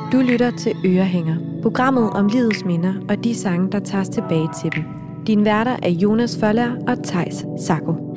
Du lytter til Ørehænger, programmet om livets minder og de sange, der tages tilbage til dem. Dine værter er Jonas Føller og Theis Sacco.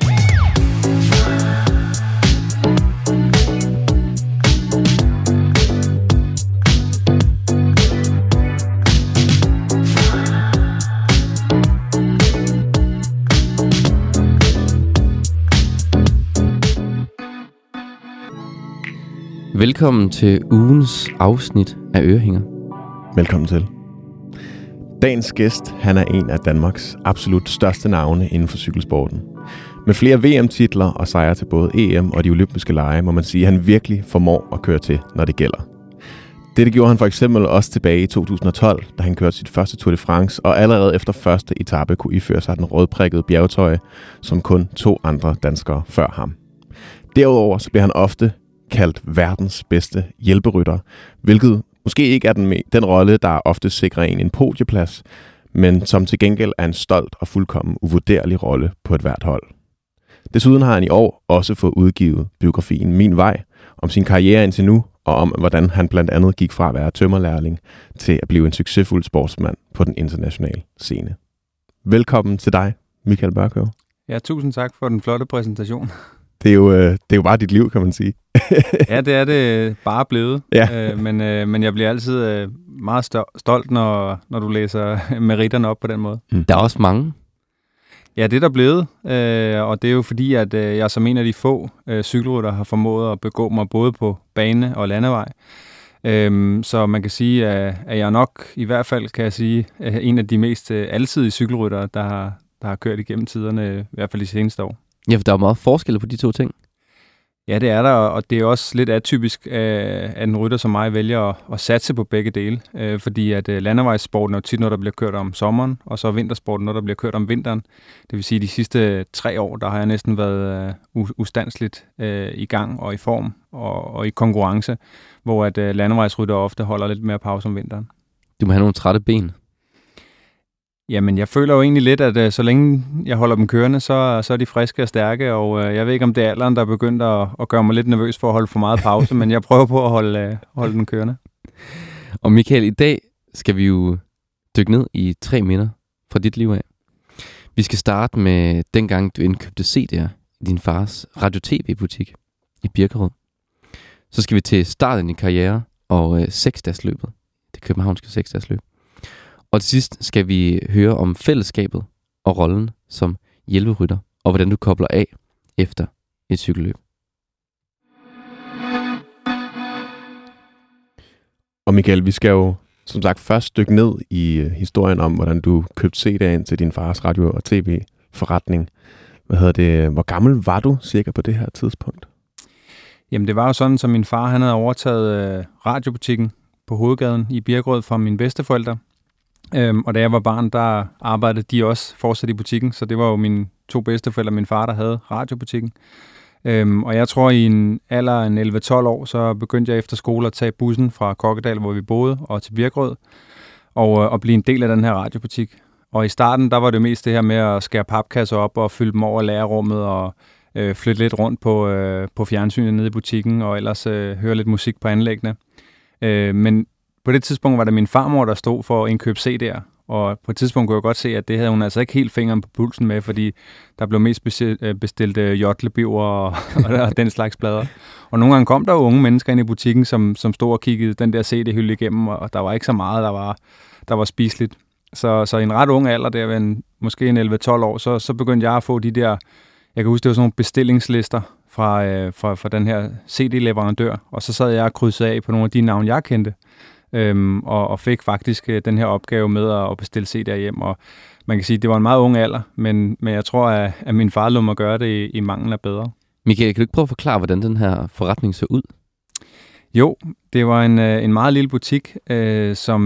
Velkommen til ugens afsnit af Ørehænger. Velkommen til. Dagens gæst, han er en af Danmarks absolut største navne inden for cykelsporten. Med flere VM-titler og sejre til både EM og de olympiske lege, må man sige, at han virkelig formår at køre til, når det gælder. Dette gjorde han for eksempel også tilbage i 2012, da han kørte sit første Tour de France, og allerede efter første etape kunne iføre sig den rødprikkede bjergtrøje, som kun 2 andre danskere før ham. Derudover så bliver han ofte kaldt verdens bedste hjælperytter, hvilket måske ikke er den rolle, der ofte sikrer en podieplads, men som til gengæld er en stolt og fuldkommen uvurderlig rolle på et hvert hold. Desuden har han i år også fået udgivet biografien Min Vej, om sin karriere indtil nu, og om hvordan han blandt andet gik fra at være tømmerlærling til at blive en succesfuld sportsmand på den internationale scene. Velkommen til dig, Michael Børkøv. Ja, tusind tak for den flotte præsentation. Det er jo bare dit liv, kan man sige. Ja, det er det bare blevet. Ja. Men jeg bliver altid meget stolt, når du læser meritterne op på den måde. Der er også mange. Ja, det er der blevet. Og det er jo fordi, at jeg som en af de få cykelrytter har formået at begå mig både på bane og landevej. Så man kan sige, at jeg nok, i hvert fald kan jeg sige, en af de mest alsidige cykelryttere, der har kørt igennem tiderne, i hvert fald de seneste år. Ja, for der er meget forskel på de to ting. Ja, det er der, og det er også lidt atypisk, at en rytter som mig vælger at satse på begge dele. Fordi at landevejssporten er jo tit noget, der bliver kørt om sommeren, og så vintersporten noget, der bliver kørt om vinteren. Det vil sige, at de sidste 3 år, der har jeg næsten været ustandsligt i gang og i form og i konkurrence, hvor at landevejsrytter ofte holder lidt mere pause om vinteren. Du må have nogle trætte ben. Jamen, jeg føler jo egentlig lidt, at så længe jeg holder dem kørende, så er de friske og stærke, og jeg ved ikke, om det er alderen, der er begyndt at gøre mig lidt nervøs for at holde for meget pause, men jeg prøver på at holde den kørende. Og Michael, i dag skal vi jo dykke ned i 3 minder fra dit liv af. Vi skal starte med dengang, du indkøbte CD'er i din fars radio-tv-butik i Birkerød. Så skal vi til starten i karriere og 6-dagsløbet, det københavnske 6-dagsløb. Og til sidst skal vi høre om fællesskabet og rollen som hjælperytter, og hvordan du kobler af efter et cykelløb. Og Michael, vi skal jo som sagt først dykke ned i historien om, hvordan du købte CD'er til din fars radio- og tv-forretning. Hvor gammel var du cirka på det her tidspunkt? Jamen, det var jo sådan, som min far han havde overtaget radiobutikken på Hovedgaden i Birkerød fra mine bedsteforældre. Og da jeg var barn, der arbejdede de også fortsat i butikken, så det var jo mine 2 bedsteforældre og min far, der havde radiobutikken. Og jeg tror, i en alder af 11-12 år, så begyndte jeg efter skole at tage bussen fra Kokkedal, hvor vi boede, og til Birkerød, og blive en del af den her radiobutik. Og i starten, der var det mest det her med at skære papkasser op og fylde dem over lagerrummet og flytte lidt rundt på fjernsynet nede i butikken, og ellers høre lidt musik på anlæggene. Men på det tidspunkt var det min farmor, der stod for at indkøbe CD'er, og på et tidspunkt kunne jeg godt se, at det havde hun altså ikke helt fingeren på pulsen med, fordi der blev mest bestilt jotlebiver og den slags plader. Og nogle gange kom der jo unge mennesker ind i butikken, som stod og kiggede den der CD-hylde igennem, og der var ikke så meget, der var spiseligt. Så i en ret ung alder, der ved måske en 11-12 år, så begyndte jeg at få de der, jeg kan huske, det var sådan nogle bestillingslister fra den her CD-leverandør, og så sad jeg og krydsede af på nogle af de navne, jeg kendte. Og fik faktisk den her opgave med at bestille CD'er hjem, og man kan sige, at det var en meget ung alder, men jeg tror, at min far lod mig gøre det i mangel af bedre. Michael, kan du ikke prøve at forklare, hvordan den her forretning så ud? Jo, det var en meget lille butik, som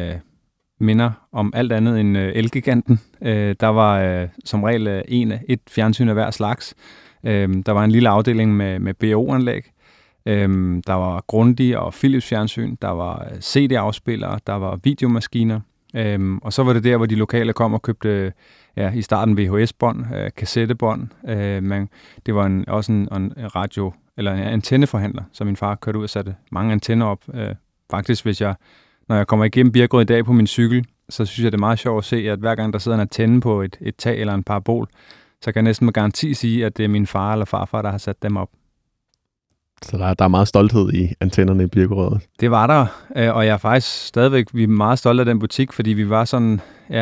minder om alt andet end Elgiganten. Der var som regel et fjernsyn af hver slags. Der var en lille afdeling med BO-anlæg. Der var Grundig og Philips fjernsyn, der var CD-afspillere, der var videomaskiner, og så var det der, hvor de lokale kom og købte i starten VHS-bånd, kassettebånd. Det var også en radio eller en antenneforhandler, som min far kørte ud og satte mange antenner op faktisk, når jeg kommer igennem Birkerød i dag på min cykel, så synes jeg, det er meget sjovt at se, at hver gang der sidder en antenne på et tag eller en parabol, så kan jeg næsten med garanti sige, at det er min far eller farfar, der har sat dem op. Så der er meget stolthed i antennerne i Birkerød. Det var der, og jeg er faktisk stadigvæk meget stolt af den butik, fordi vi var sådan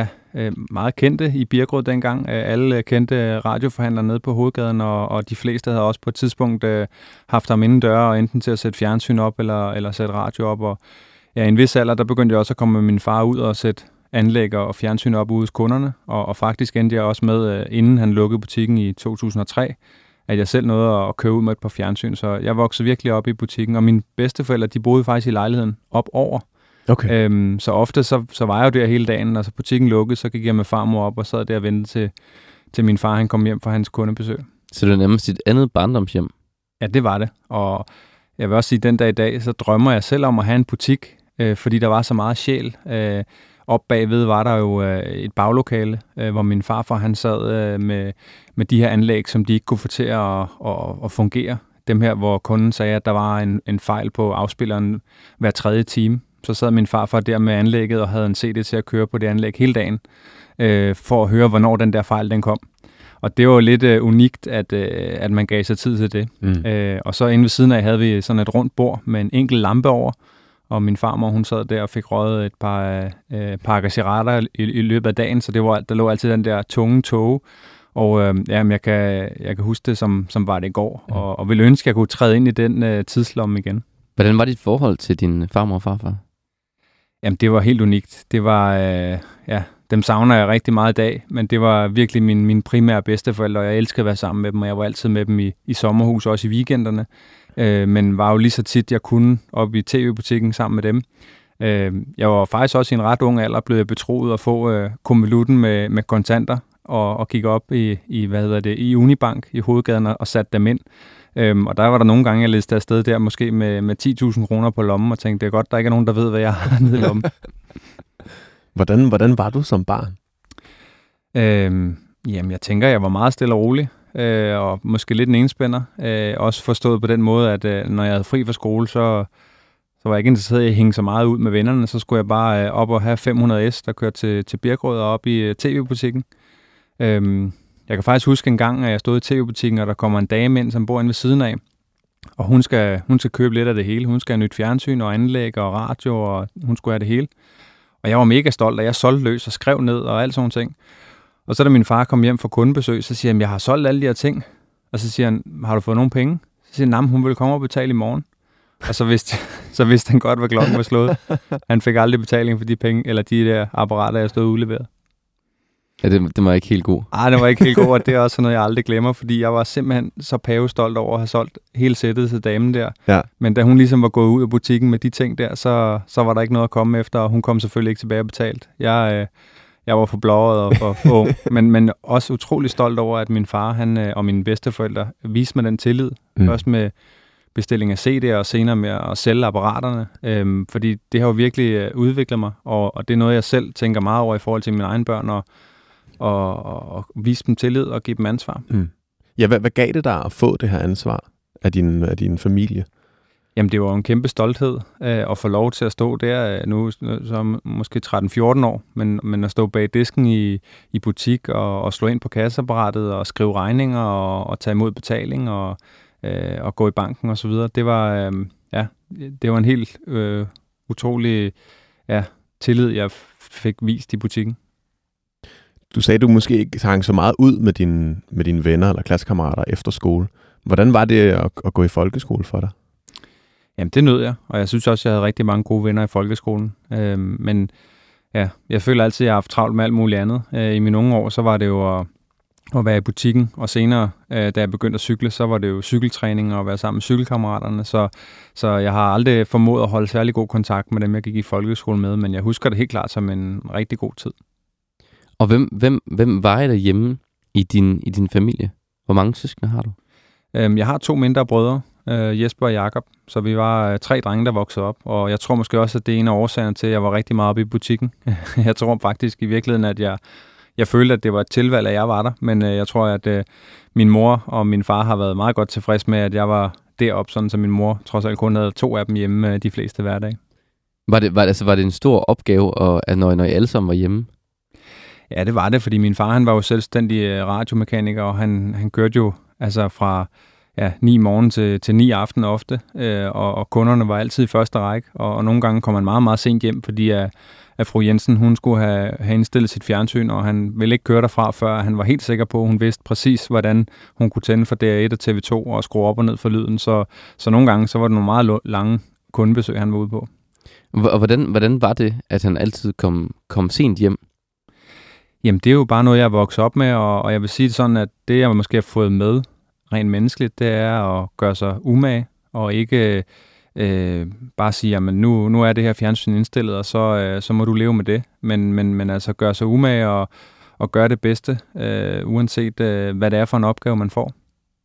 meget kendte i Birkerød dengang. Alle kendte radioforhandlere nede på Hovedgaden, og de fleste havde også på et tidspunkt haft ham inden døre, enten til at sætte fjernsyn op eller sætte radio op. Og i en vis alder, der begyndte jeg også at komme med min far ud og sætte anlæg og fjernsyn op ude hos kunderne, og faktisk endte jeg også med, inden han lukkede butikken i 2003, at jeg selv nåede at købe ud med et par fjernsyn, så jeg voksede virkelig op i butikken, og mine bedsteforældre, de boede faktisk i lejligheden op over. Okay. Så ofte så var jeg jo der hele dagen, og så butikken lukkede, så gik jeg med farmor op og sad der og ventede til min far, han kom hjem fra hans kundebesøg. Så det er nærmest dit andet barndomshjem? Ja, det var det, og jeg vil også sige, at den dag i dag, så drømmer jeg selv om at have en butik, fordi der var så meget sjæl. Op bagved var der jo et baglokale, hvor min farfar han sad med de her anlæg, som de ikke kunne få til at fungere. Dem her, hvor kunden sagde, at der var en fejl på afspilleren hver 3. time. Så sad min farfar der med anlægget og havde en CD til at køre på det anlæg hele dagen, for at høre, hvornår den der fejl den kom. Og det var jo lidt unikt, at man gav sig tid til det. Og så inde ved siden af havde vi sådan et rundt bord med en enkelt lampe over, og min farmor, hun sad der og fik røget et par pakker cigaretter i løbet af dagen, så der lå altid den der tunge tåge. Og jeg kan huske det, som var det i går, og ville ønske, at jeg kunne træde ind i den tidslomme igen. Hvordan var dit forhold til din farmor og farfar? Jamen, det var helt unikt. Det var, dem savner jeg rigtig meget i dag, men det var virkelig min primære bedsteforældre, og jeg elskede at være sammen med dem, og jeg var altid med dem i sommerhus, også i weekenderne. Men var jo lige så tit, jeg kunne op i tv-butikken sammen med dem. Jeg var faktisk også i en ret ung alder blevet betroet at få konvolutten med kontanter, og gik op i Unibank i Hovedgaden og satte dem ind. Og der var der nogle gange, jeg læste afsted der, måske med 10.000 kroner på lommen, og tænkte, det er godt, der ikke er nogen, der ved, hvad jeg har nede i lommen. Hvordan var du som barn? Jamen, jeg tænker, jeg var meget stille og rolig, og måske lidt en enspænder. Også forstået på den måde, at når jeg havde fri fra skole, så var jeg ikke interesseret i at hænge så meget ud med vennerne. Så skulle jeg bare op og have 500S, der kørte til Birkerød og op i tv-butikken. Jeg kan faktisk huske en gang, at jeg stod i tv-butikken, og der kommer en dame ind, som bor inde ved siden af. Og hun skal købe lidt af det hele. Hun skal have nyt fjernsyn og anlæg og radio, og hun skulle have det hele. Og jeg var mega stolt, og jeg solgte løs og skrev ned og alt sådan ting. Og så da min far kom hjem fra kundebesøg, så siger han, jeg har solgt alle de her ting. Og så siger han, har du fået nogle penge? Så siger han, hun vil komme og betale i morgen. Og så vidste han godt, hvad klokken var slået. Han fik aldrig betaling for de penge, eller de der apparater, jeg stod udleveret. Ja, det var ikke helt god. Det var ikke helt god, og det er også noget, jeg aldrig glemmer, fordi jeg var simpelthen så pavestolt over at have solgt hele sættet til damen der. Ja. Men da hun ligesom var gået ud af butikken med de ting der, så var der ikke noget at komme efter, og hun kom selvfølgelig ikke tilbage betalt. Jeg var for blåret og for ung, men også utrolig stolt over, at min far han, og mine bedsteforældre viste mig den tillid. Først med bestilling af CD'er og senere med at sælge apparaterne, fordi det har jo virkelig udviklet mig, og det er noget, jeg selv tænker meget over i forhold til mine egne børn, og vise dem tillid og give dem ansvar. Ja, hvad gav det dig at få det her ansvar af din familie? Jamen, det var en kæmpe stolthed at få lov til at stå der nu som måske 13-14 år, men at stå bag disken i butik og slå ind på kasseapparatet og skrive regninger og tage imod betaling og gå i banken og så videre. Det var det var en helt utrolig tillid, jeg fik vist i butikken. Du sagde, at du måske ikke hang så meget ud med dine venner eller klassekammerater efter skole. Hvordan var det at gå i folkeskole for dig? Jamen, det nød jeg, og jeg synes også, jeg havde rigtig mange gode venner i folkeskolen. Men ja, jeg føler altid, at jeg har haft travlt med alt muligt andet. I mine unge år, så var det jo at være i butikken, og senere, da jeg begyndte at cykle, så var det jo cykeltræning og at være sammen med cykelkammeraterne. Så jeg har aldrig formået at holde særlig god kontakt med dem, jeg gik i folkeskole med, men jeg husker det helt klart som en rigtig god tid. Og hvem var I derhjemme i din familie? Hvor mange søskende har du? Jeg har 2 mindre brødre, Jesper og Jakob, så vi var 3 drenge, der voksede op, og jeg tror måske også, at det er en af årsagerne til, at jeg var rigtig meget oppe i butikken. Jeg tror faktisk i virkeligheden, at jeg følte, at det var et tilvalg, at jeg var der, men jeg tror, at min mor og min far har været meget godt tilfreds med, at jeg var deroppe, sådan så min mor trods alt kun havde 2 af dem hjemme de fleste hverdage. Var det en stor opgave, at når I alle sammen var hjemme? Ja, det var det, fordi min far han var jo selvstændig radiomekaniker, og han kørte jo altså fra 9 morgen til 9 aften ofte, og kunderne var altid i første række, og nogle gange kom han meget, meget sent hjem, fordi at fru Jensen, hun skulle have indstillet sit fjernsyn, og han ville ikke køre derfra, før han var helt sikker på, at hun vidste præcis, hvordan hun kunne tænde for DR1 og TV2 og skrue op og ned for lyden. Så nogle gange, så var det nogle meget lange kundebesøg, han var ude på. Og hvordan var det, at han altid kom sent hjem? Jamen, det er jo bare noget, jeg er vokset op med, og jeg vil sige det sådan, at det, jeg måske har fået med rent menneskeligt, det er at gøre sig umage, og ikke bare sige, jamen nu er det her fjernsyn indstillet, og så må du leve med det. Men altså gøre sig umage og gøre det bedste, uanset hvad det er for en opgave, man får.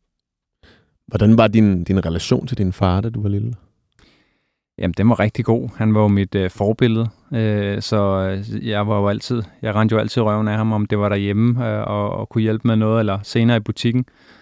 Hvordan var din relation til din far, da du var lille? Jamen, den var rigtig god. Han var jo mit forbillede, så jeg rendte jo altid røven af ham, om det var derhjemme og kunne hjælpe med noget, eller senere i butikken.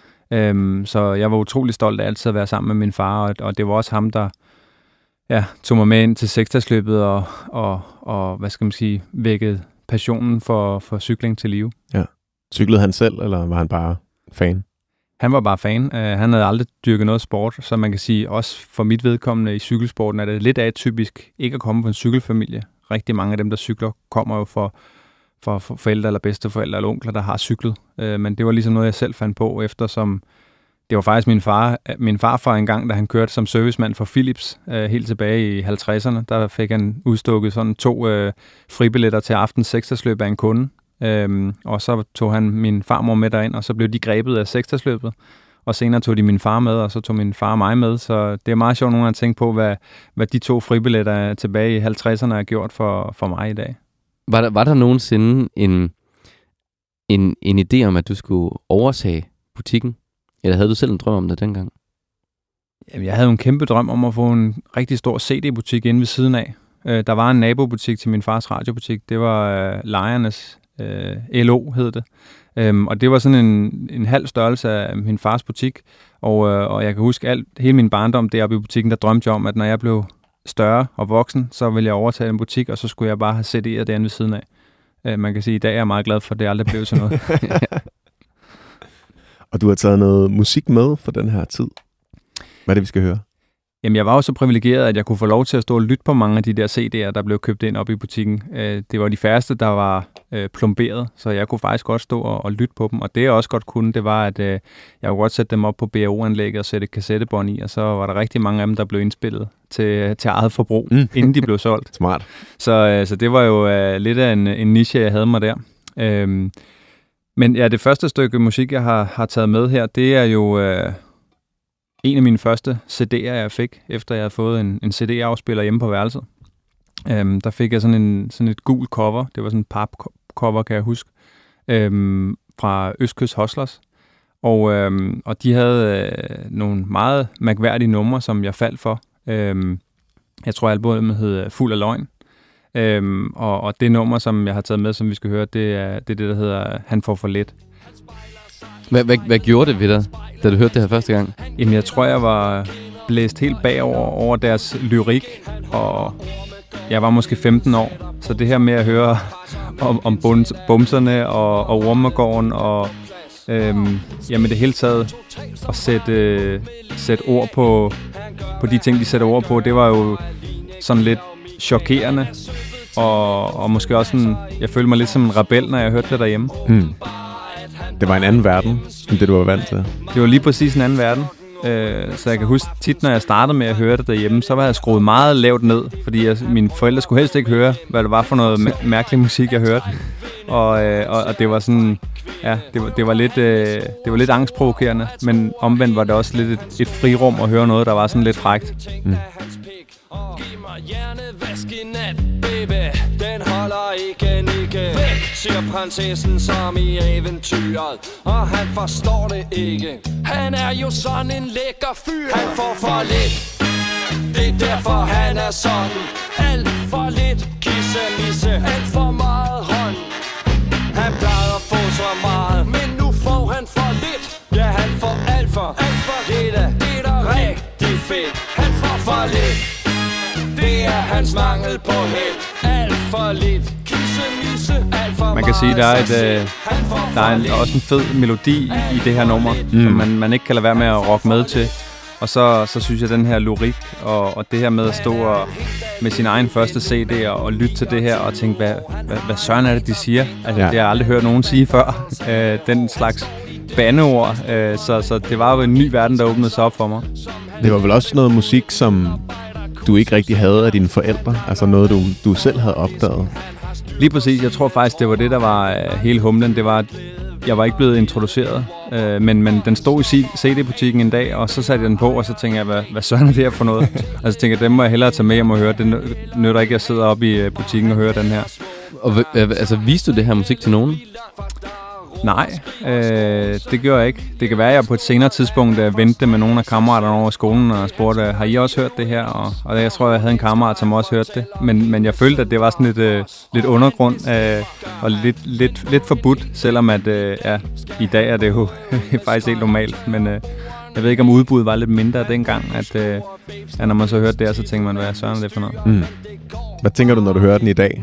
Så jeg var utrolig stolt af altid at være sammen med min far, og det var også ham, der tog mig med ind til seksdagsløbet og hvad skal man sige, vækkede passionen for cykling til live. Ja. Cyklede han selv, eller var han bare fan? Han var bare fan. Han havde aldrig dyrket noget sport, så man kan sige, også for mit vedkommende i cykelsporten er det lidt atypisk ikke at komme fra en cykelfamilie. Rigtig mange af dem, der cykler, kommer jo for forældre eller bedsteforældre eller onkler, der har cyklet. Men det var ligesom noget, jeg selv fandt på, eftersom det var faktisk min farfar engang, da han kørte som servicemand for Philips helt tilbage i 50'erne. Der fik han udstukket sådan 2 fribilletter til aftens seksdagsløb af en kunde. Og så tog han min farmor med derind, og så blev de grebet af seksdagsløbet. Og senere tog de min far med, og så tog min far mig med. Så det er meget sjovt nogle gange at tænke på, hvad de 2 fribilletter tilbage i 50'erne har gjort for mig i dag. Var der nogensinde en idé om, at du skulle overtage butikken? Eller havde du selv en drøm om det dengang? Jamen, jeg havde en kæmpe drøm om at få en rigtig stor CD-butik inde ved siden af. Der var en nabobutik til min fars radiobutik. Det var Lejernes LO, hed det. Og det var sådan en halv størrelse af min fars butik. Og jeg kan huske hele min barndom deroppe i butikken, der drømte jeg om, at når jeg blev større og voksen, så ville jeg overtage en butik, og så skulle jeg bare have CD'er derinde ved siden af. Man kan sige, at i dag er jeg meget glad for, at det aldrig blev sådan noget. Og du har taget noget musik med for den her tid. Hvad er det, vi skal høre? Jamen, jeg var jo så privilegeret, at jeg kunne få lov til at stå og lytte på mange af de der CD'er, der blev købt ind op i butikken. Det var de færreste, der var plomberet, så jeg kunne faktisk godt stå og lytte på dem. Og det jeg også godt kunne, det var, at jeg kunne godt sætte dem op på BAO-anlægget og sætte kassettebånd i, og så var der rigtig mange af dem, der blev indspillet til eget forbrug, inden de blev solgt. Smart. Så det var jo lidt af en niche, jeg havde mig der. Men ja, det første stykke musik, jeg har taget med her, det er jo en af mine første CD'er, jeg fik, efter jeg havde fået en CD-afspiller hjemme på værelset. Der fik jeg sådan et gul cover. Det var sådan en papcover, kan jeg huske, fra Østkyst Hustlers. Og de havde nogle meget mærkværdige numre, som jeg faldt for. Jeg tror, albumet hed Fuld af Løgn. Og det nummer, som jeg har taget med, som vi skal høre, det er det, der hedder Han får for lidt. Hvad gjorde det ved dig, da du hørte det her første gang? Jamen, jeg tror, jeg var blæst helt bagover over deres lyrik, og jeg var måske 15 år. Så det her med at høre om bumserne og Ormegården og jamen det hele taget at sætte ord på de ting, de sætter ord på, det var jo sådan lidt chokerende, og måske også sådan, jeg følte mig lidt som en rebel, når jeg hørte det derhjemme. Det var en anden verden, end det du var vant til. Det var lige præcis en anden verden. Så jeg kan huske tit, når jeg startede med at høre det derhjemme, så var jeg skruet meget lavt ned, fordi mine forældre skulle helst ikke høre, hvad det var for noget mærkelig musik, jeg hørte. Og det var sådan, ja, det var lidt angstprovokerende, men omvendt var det også lidt et frirum at høre noget, der var sådan lidt frækt. Giv mig hjernevask i nat, baby. Den holder ikke nikke. Væk, siger prinsessen som i eventyret. Og han forstår det ikke. Han er jo sådan en lækker fyr. Han får for lidt. Det er derfor han er sådan. Alt for lidt kissemisse. Alt for meget hånd. Han plejede at få så meget, men nu får han for lidt. Ja, han får alt for lidt. Det er da rigtig fedt. Han får for lidt. Det er hans mangel på held. Alt for lidt kisse-misse, alt for man kan sige, der er også en fed melodi i det her nummer, som man ikke kan lade være med at rocke med til. Og så synes jeg, den her lyrik og det her med at stå med sin egen første CD og lytte til det her og tænke, hvad søren er det, de siger? Altså, det har jeg aldrig hørt nogen sige før. Den slags bandeord. Så det var jo en ny verden, der åbnede sig op for mig. Det var vel også noget musik, som du ikke rigtig havde af dine forældre? Altså noget, du selv havde opdaget? Lige præcis. Jeg tror faktisk, det var det, der var hele humlen. Det var, at jeg var ikke blevet introduceret, men den stod i CD-butikken en dag, og så satte jeg den på, og så tænkte jeg, hvad søren er det her for noget? Og så tænkte jeg, dem må jeg hellere tage med hjem og høre. Det nytter ikke, at jeg sidder oppe i butikken og hører den her. Og altså, viste du det her musik til nogen? Nej, det gjorde jeg ikke. Det kan være, at jeg på et senere tidspunkt vendte med nogle af kammeraterne over skolen og spurgte, har I også hørt det her? Og jeg tror, jeg havde en kammerat, som også hørte det. Men jeg følte, at det var sådan lidt undergrund og lidt forbudt, selvom at i dag er det jo faktisk helt normalt. Men jeg ved ikke, om udbuddet var lidt mindre dengang, at når man så hørte det her, så tænkte man, hvad søren er det for noget? Hvad tænker du, når du hører den i dag?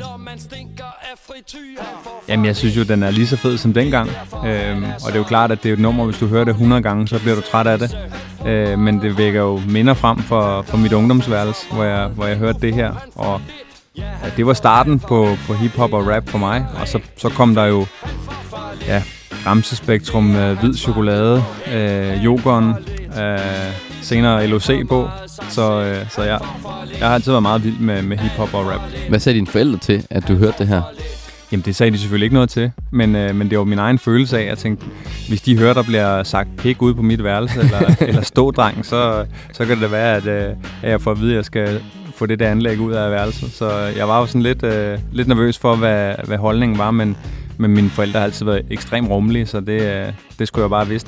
Jamen, jeg synes jo, den er lige så fed som dengang. Og det er jo klart, at det er et nummer, hvis du hører det 100 gange, så bliver du træt af det. Men det vækker jo minder frem for mit ungdomsværelse, hvor jeg hørte det her. Og det var starten på hiphop og rap for mig. Og så kom der jo Ramsespektrum, Hvid Chokolade, Jokeren, senere LOC på. Så jeg har altid været meget vild med hiphop og rap. Hvad sagde dine forældre til, at du hørte det her? Jamen, det sagde de selvfølgelig ikke noget til, men det var min egen følelse af, at jeg tænkte, hvis de hører, der bliver sagt pik ude på mit værelse, eller stådreng, så kan det da være, at jeg får at vide, at jeg skal få det der anlæg ud af værelset. Så jeg var jo sådan lidt nervøs for, hvad holdningen var, men mine forældre har altid været ekstremt rummelige, så det skulle jeg bare have vidst.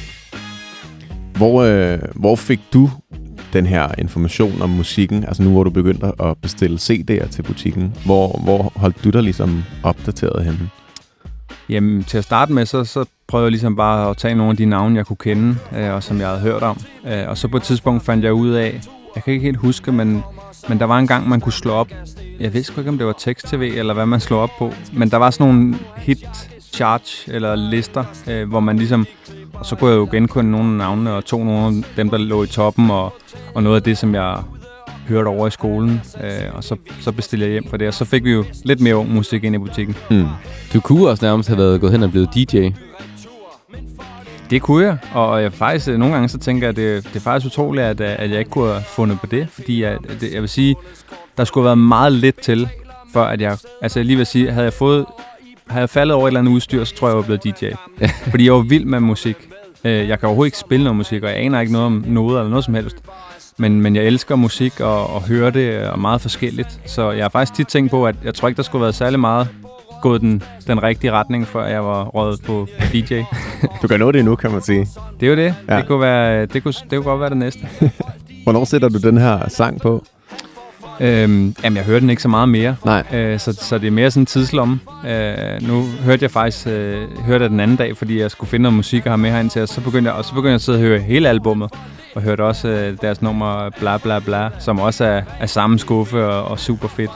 Hvor fik du den her information om musikken, altså nu hvor du begyndte at bestille CD'er til butikken, hvor holdt du dig ligesom opdateret henne? Jamen, til at starte med, så prøvede jeg ligesom bare at tage nogle af de navne, jeg kunne kende, og som jeg havde hørt om. Og så på et tidspunkt fandt jeg ud af, jeg kan ikke helt huske, men der var en gang, man kunne slå op. Jeg ved sgu ikke, om det var tekst-tv, eller hvad man slog op på. Men der var sådan nogle hit-charge, eller lister, hvor man ligesom... Og så kunne jeg jo genkunde nogle af navnene, og tog nogle af dem, der lå i toppen, og noget af det, som jeg hørte over i skolen. Og så bestilte jeg hjem for det, og så fik vi jo lidt mere ung musik ind i butikken. Du kunne også nærmest have været gået hen og blevet DJ. Det kunne jeg, og jeg faktisk nogle gange så tænker jeg, at det er faktisk utroligt, at jeg ikke kunne have fundet på det, fordi jeg vil sige, der skulle have været meget lidt til, før at jeg lige vil sige, havde jeg faldet over et eller andet udstyr, så tror jeg var blevet DJ. Fordi jeg var vild med musik. Jeg kan overhovedet ikke spille noget musik, og jeg aner ikke noget om noder eller noget som helst. Men jeg elsker musik og hører det, og meget forskelligt. Så jeg har faktisk tit tænkt på, at jeg tror ikke, der skulle have været særlig meget gået den rigtige retning, før jeg var røget på DJ. Du kan nå det nu, kan man sige. Det er jo det. Ja. Det kunne godt være det næste. Hvornår sætter du den her sang på? Jamen, jeg hører den ikke så meget mere. Nej. Så det er mere sådan en tidslomme. Nu hørte jeg faktisk den anden dag, fordi jeg skulle finde noget musik og have med herind til, og så begyndte jeg at sidde og høre hele albummet, og hørte også deres nummer Bla Bla Bla, som også er samme skuffe og super fedt.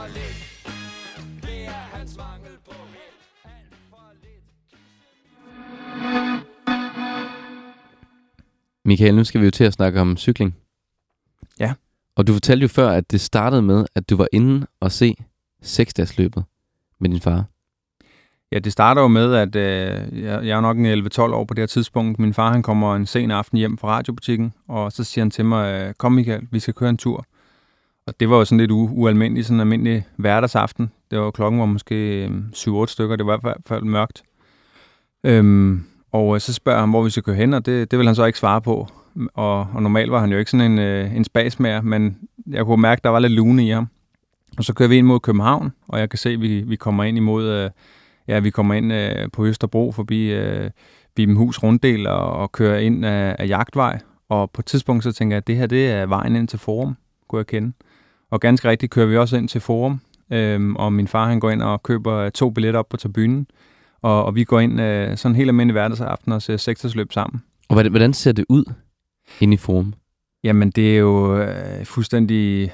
Michael, nu skal vi jo til at snakke om cykling. Ja. Og du fortalte jo før, at det startede med, at du var inde og se 6-dagsløbet med din far. Ja, det starter jo med, at jeg er nok en 11-12 år på det her tidspunkt. Min far, han kommer en sen aften hjem fra radiobutikken, og så siger han til mig, kom Michael, vi skal køre en tur. Og det var jo sådan lidt ualmindeligt, sådan en almindelig hverdagsaften. Det var klokken var måske 7-8 stykker, det var i hvert fald mørkt. Og så spørger han, hvor vi skal køre hen, og det vil han så ikke svare på. Og normalt var han jo ikke sådan en spasmager, men jeg kunne mærke, at der var lidt lune i ham. Og så kører vi ind mod København, og jeg kan se, at vi kommer ind imod... vi kommer ind på Østerbro forbi Vibenhus Runddel og kører ind af Jagtvej. Og på et tidspunkt så tænker jeg, at det her det er vejen ind til Forum, kunne jeg kende. Og ganske rigtigt kører vi også ind til Forum, og min far han går ind og køber 2 billetter op på tribunen. Og vi går ind sådan helt almindelig hverdagsaften og ser 6-dagsløb sammen. Og hvordan ser det ud inde i Forum? Jamen det er jo fuldstændig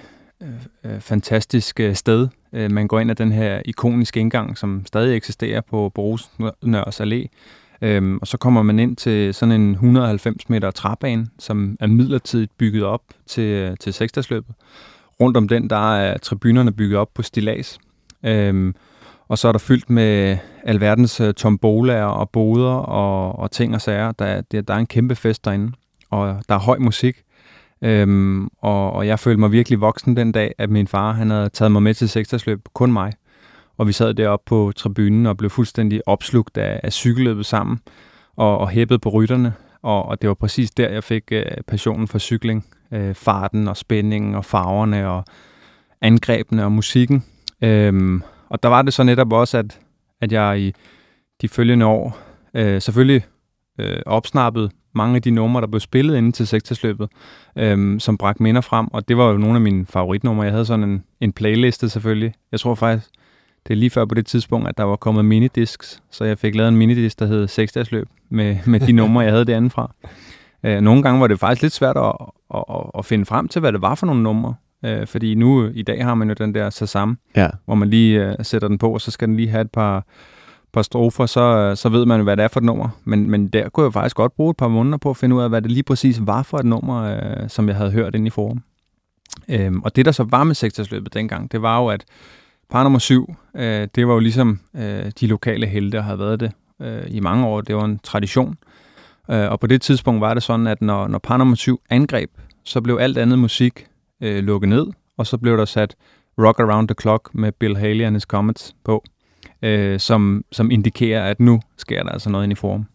fantastisk sted. Man går ind ad den her ikoniske indgang, som stadig eksisterer på Rosenørns Allé. Og så kommer man ind til sådan en 190 meter træbane, som er midlertidigt bygget op til seksdagsløbet. Rundt om den, der er tribunerne bygget op på stillads. Og så er der fyldt med alverdens tombolaer og boder og ting og sager. Der er en kæmpe fest derinde, og der er høj musik. Og jeg følte mig virkelig voksen den dag, at min far han havde taget mig med til seksdagsløb, kun mig. Og vi sad deroppe på tribunen og blev fuldstændig opslugt af cykelløbet sammen og hæppede på rytterne. Og det var præcis der, jeg fik passionen for cykling. Farten og spændingen og farverne og angrebene og musikken. Og der var det så netop også, at jeg i de følgende år selvfølgelig opsnappede mange af de numre, der blev spillet inde til seksdagsløbet, som bragte minder frem. Og det var jo nogle af mine favoritnumre. Jeg havde sådan en playliste selvfølgelig. Jeg tror faktisk, det er lige før på det tidspunkt, at der var kommet minidisks, så jeg fik lavet en minidisk, der hed seksdagsløb, med de numre, jeg havde derinde fra. Nogle gange var det faktisk lidt svært at finde frem til, hvad det var for nogle numre. Fordi nu i dag har man jo den der Shazam, hvor man lige sætter den på, og så skal den lige have et par strofer, så ved man, hvad det er for et nummer. Men der kunne jeg faktisk godt bruge et par måneder på at finde ud af, hvad det lige præcis var for et nummer, som jeg havde hørt inde i forum. Og det, der så var med seksdagsløbet dengang, det var jo, at par nummer 7, det var jo ligesom de lokale helte, der havde været det i mange år. Det var en tradition. Og på det tidspunkt var det sådan, at når par nummer 7 angreb, så blev alt andet musik lukket ned, og så blev der sat Rock Around the Clock med Bill Haley and His Comets på, som indikerer, at nu sker der altså noget inde i forum.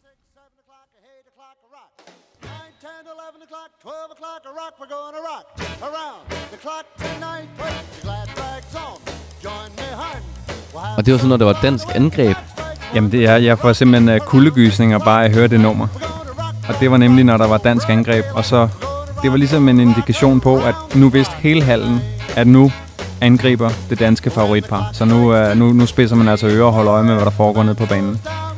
Og det var sådan, når der var dansk angreb? Jamen, jeg får simpelthen kuldegysninger bare at høre det nummer. Og det var nemlig, når der var dansk angreb, og så det var ligesom en indikation på, at nu vidste hele hallen, at nu angriber det danske favoritpar. Så nu spidser man altså ører og holder øje med, hvad der foregår nede på banen.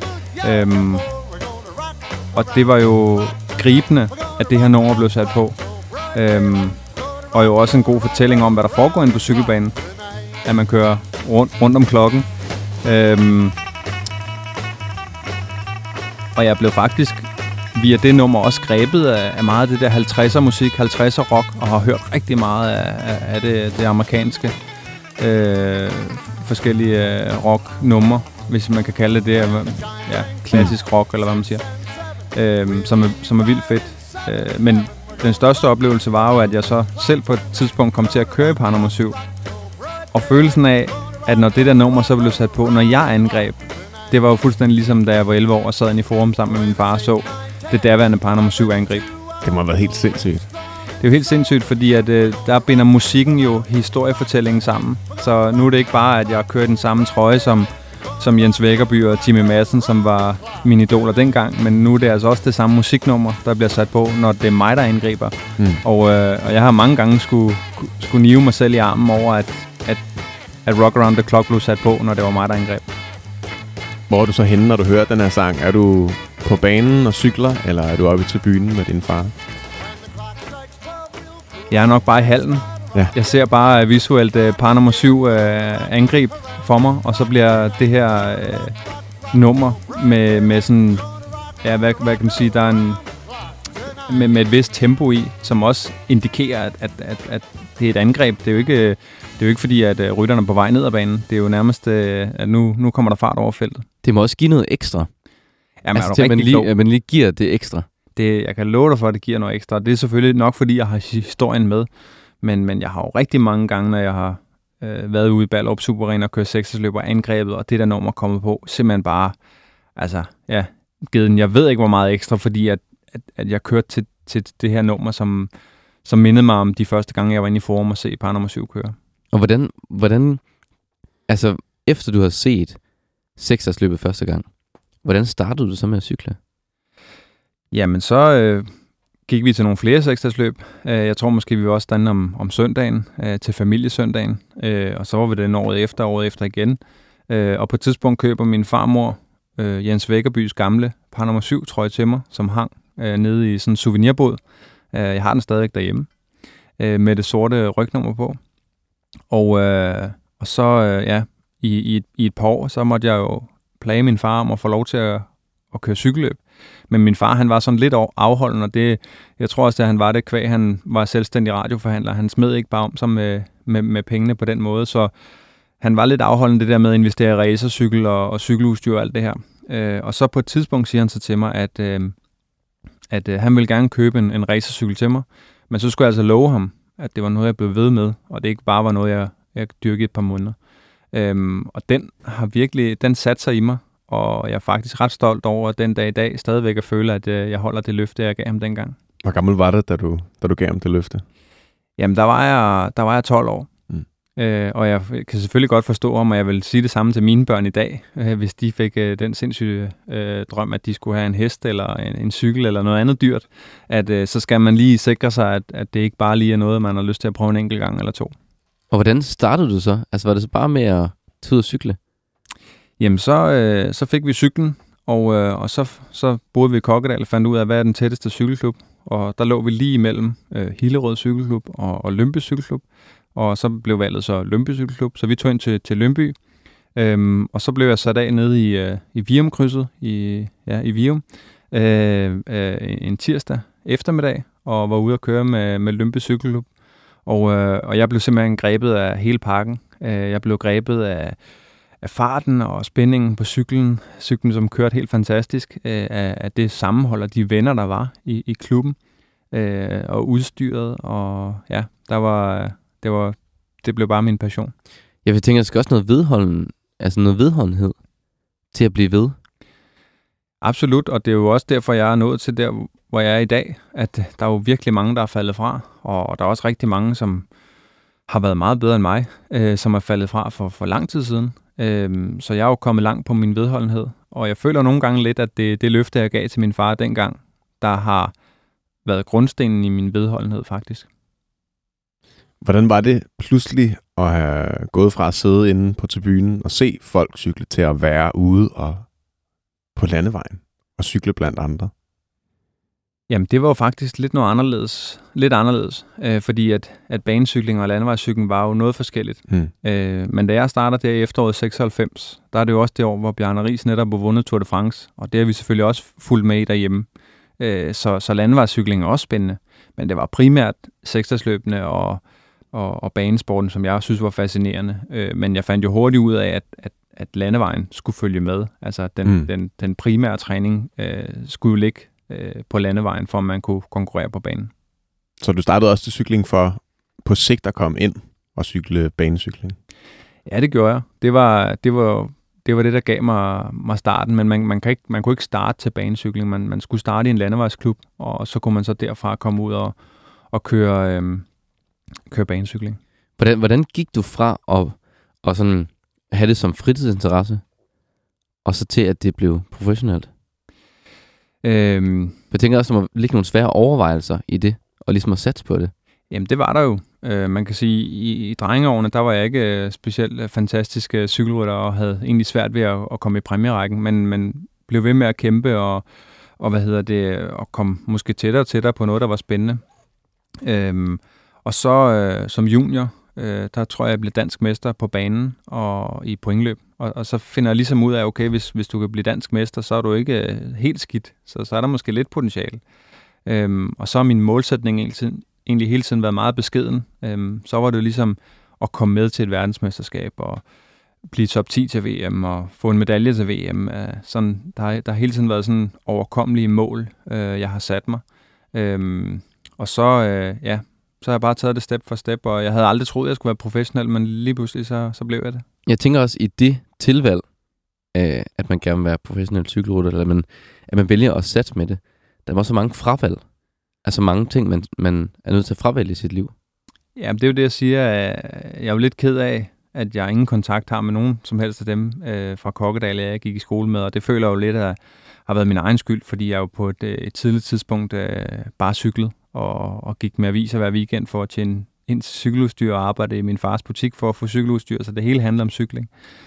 Og det var jo gribende, at det her nummer blev sat på. Og jo også en god fortælling om, hvad der foregår inde på cykelbanen. At man kører rundt om klokken. Og jeg blev faktisk via det nummer også grebet af meget af det der 50'er musik, 50'er rock, og har hørt rigtig meget af det amerikanske forskellige rock-numre, hvis man kan kalde det klassisk rock, eller hvad man siger, som er vildt fedt. Men den største oplevelse var jo, at jeg så selv på et tidspunkt kom til at køre i par nummer 7. Og følelsen af, at når det der nummer så blev sat på, når jeg angreb, det var jo fuldstændig ligesom, da jeg var 11 år og sad inde i forum sammen med min far og så det derværende par nummer 7 angreb. Det må have været helt sindssygt. Det er jo helt sindssygt, fordi at, der binder musikken jo historiefortællingen sammen. Så nu er det ikke bare, at jeg kører den samme trøje som Jens Vækkerby og Jimmy Madsen, som var mine idoler dengang, men nu er det altså også det samme musiknummer, der bliver sat på, når det er mig, der angriber. Og jeg har mange gange skulle nive mig selv i armen over, at Rock Around the Clock blev sat på, når det var mig, der angreb. Hvor er du så henne, når du hører den her sang? Er du på banen og cykler, eller er du oppe i tribunen med din far? Jeg er nok bare i hallen. Ja. Jeg ser bare visuelt par nummer 7 angreb for mig, og så bliver det her nummer med sådan, ja, hvad kan man sige, der er med et vist tempo i, som også indikerer, at det er et angreb. Det er jo ikke fordi, at rytterne er på vej ned ad banen. Det er jo nærmest, at nu kommer der fart over feltet. Det må også give noget ekstra. Jamen, altså, at man lige giver det ekstra. Jeg kan love dig for, at det giver noget ekstra. Det er selvfølgelig nok, fordi jeg har historien med. Men jeg har jo rigtig mange gange, når jeg har været ude i Ballerup Superarena og kørt seksdagsløb og angrebet, og det der nummer kommet på, simpelthen bare, altså, ja, givet den, jeg ved ikke, hvor meget ekstra, fordi at jeg kørte til det her nummer, som mindede mig om de første gange, jeg var inde i forum og se par nummer 7 køre. Og hvordan, altså, efter du har set seksdagsløbet første gang, hvordan startede du så med at cykle? Jamen, så gik vi til nogle flere seksdagsløb. Jeg tror måske, vi var også derinde om søndagen, til familiesøndagen. Og så var vi den året efter igen. Og på et tidspunkt køber min farmor Jens Vækkerbys gamle par nummer 7 trøje til mig, som hang nede i sådan en souvenirbåd. Jeg har den stadigvæk derhjemme, med det sorte rygnummer på. Og så i et par år, så måtte jeg jo plage min far om at få lov til at køre cykelløb. Men min far, han var sådan lidt afholden, og jeg tror også, at han var det kvæg. Han var selvstændig radioforhandler. Han smed ikke bare om sig med pengene på den måde, så han var lidt afholden det der med at investere i racercykel og cykeludstyr og alt det her. Og så på et tidspunkt siger han så til mig, at han ville gerne købe en racercykel til mig, men så skulle jeg altså love ham, at det var noget, jeg blev ved med, og det ikke bare var noget, jeg dyrkede et par måneder. Og den satte sig i mig, og jeg er faktisk ret stolt over, at den dag i dag stadigvæk at føle, at jeg holder det løfte, jeg gav ham dengang. Hvor gammel var det, da du gav ham det løfte? Jamen, der var jeg 12 år. Og jeg kan selvfølgelig godt forstå om, og jeg vil sige det samme til mine børn i dag, hvis de fik den sindssyge drøm, at de skulle have en hest eller en cykel eller noget andet dyrt, at så skal man lige sikre sig, at det ikke bare lige er noget, man har lyst til at prøve en enkelt gang eller to. Og hvordan startede du så? Altså var det så bare med at tage ud og cykle? Jamen så fik vi cyklen, og så boede vi i Kokkedal og fandt ud af, hvad er den tætteste cykelklub. Og der lå vi lige imellem Hillerød Cykelklub og Lyngby Cykelklub. Og så blev valget så Lyngby Cykelklub, så vi tog ind til Lyngby. Og så blev jeg sat af nede i Virum-krydset i Virum en tirsdag eftermiddag, og var ude at køre med Lyngby Cykelklub. Og jeg blev simpelthen grebet af hele pakken. Jeg blev grebet af farten og spændingen på cyklen, som kørte helt fantastisk, af det sammenhold og de venner, der var i klubben, og udstyret, og ja, det blev bare min passion. Jeg tænker, der skal også noget vedholdenhed til at blive ved. Absolut, og det er jo også derfor, jeg er nået til der, hvor jeg er i dag, at der er jo virkelig mange, der er faldet fra, og der er også rigtig mange, som har været meget bedre end mig, som er faldet fra for lang tid siden. Så jeg er jo kommet langt på min vedholdenhed, og jeg føler nogle gange lidt, at det løfte, jeg gav til min far dengang, der har været grundstenen i min vedholdenhed faktisk. Hvordan var det pludselig at have gået fra at sidde inde på tribunen og se folk cykle til at være ude og på landevejen og cykle blandt andre? Jamen, det var jo faktisk lidt anderledes, fordi at banecykling og landevejscykling var jo noget forskelligt. Men da jeg starter der i efteråret 96, der er det jo også det år, hvor Bjarne Riis netop har vundet Tour de France, og det har vi selvfølgelig også fulgt med i derhjemme. Så landevejscykling er også spændende, men det var primært seksdagsløbene og banesporten, som jeg synes var fascinerende. Men jeg fandt jo hurtigt ud af, at landevejen skulle følge med. Altså den primære træning skulle jo ligge på landevejen, for at man kunne konkurrere på banen. Så du startede også til cykling for på sigt at komme ind og cykle banecykling? Ja, det gjorde jeg. Det var det, der gav mig starten, men man kunne ikke starte til banecykling. Man skulle starte i en landevejsklub, og så kunne man så derfra komme ud og køre banecykling. Hvordan gik du fra at sådan have det som fritidsinteresse, og så til, at det blev professionelt? Jeg tænker også, at der må ligge nogle svære overvejelser i det, og ligesom at satse på det. Jamen, det var der jo. Man kan sige, i drengeårene, der var jeg ikke specielt fantastiske cykelrytter, og havde egentlig svært ved at komme i præmierækken, men blev ved med at kæmpe, og komme måske tættere og tættere på noget, der var spændende. Og så som junior, der tror jeg blev dansk mester på banen og i pointløb. Og så finder jeg ligesom ud af, okay, hvis du kan blive dansk mester, så er du ikke helt skidt. Så er der måske lidt potentiale. Og så har min målsætning egentlig hele tiden været meget beskeden. Så var det ligesom at komme med til et verdensmesterskab og blive top 10 til VM og få en medalje til VM. Sådan, der har hele tiden været sådan overkommelige mål, jeg har sat mig. Og så, så har jeg bare taget det step for step, og jeg havde aldrig troet, at jeg skulle være professionel, men lige pludselig så blev jeg det. Jeg tænker også i det tilvalg, at man gerne vil være professionel cykelrytter, eller at man vælger at satse med det. Der er også mange fravalg. Altså mange ting, man er nødt til at fravælge i sit liv. Ja, det er jo det, jeg siger. Jeg er jo lidt ked af, at jeg ingen kontakt har med nogen som helst af dem fra Kokkedal, jeg gik i skole med, og det føler jeg jo lidt, at har været min egen skyld, fordi jeg jo på et tidligt tidspunkt bare cyklede og gik med aviser hver weekend for at tjene ind til cykeludstyr og arbejde i min fars butik for at få cykeludstyr, så det hele handler om cykling.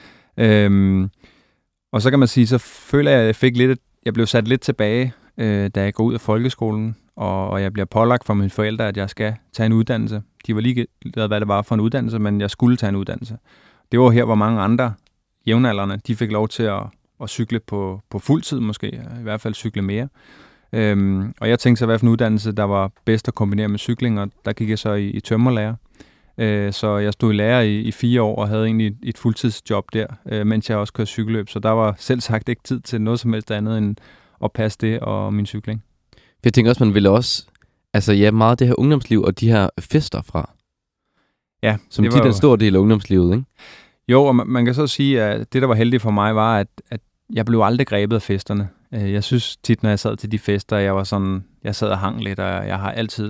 Og så kan man sige, så føler jeg, at jeg blev sat lidt tilbage, da jeg går ud af folkeskolen, og jeg bliver pålagt fra mine forældre, at jeg skal tage en uddannelse De var ligeglade, hvad det var for en uddannelse, men jeg skulle tage en uddannelse. Det var her, hvor mange andre jævnaldrende, de fik lov til at cykle på fuld tid måske, i hvert fald cykle mere. Og jeg tænkte så, hvad for en uddannelse, der var bedst at kombinere med cykling, og der gik jeg så i tømrerlærer. Så jeg stod i lærer i 4 år og havde egentlig et fuldtidsjob der, mens jeg også kørte cykelløb. Så der var selv sagt ikke tid til noget som helst andet end at passe det og min cykling. Jeg tænker også, man ville også, meget af det her ungdomsliv og de her fester fra. Ja, som tit er en stor del af ungdomslivet, ikke? Jo, og man kan så sige, at det, der var heldigt for mig, var, at jeg blev aldrig grebet af festerne. Jeg synes tit, når jeg sad til de fester, jeg sad og hang lidt, og jeg har altid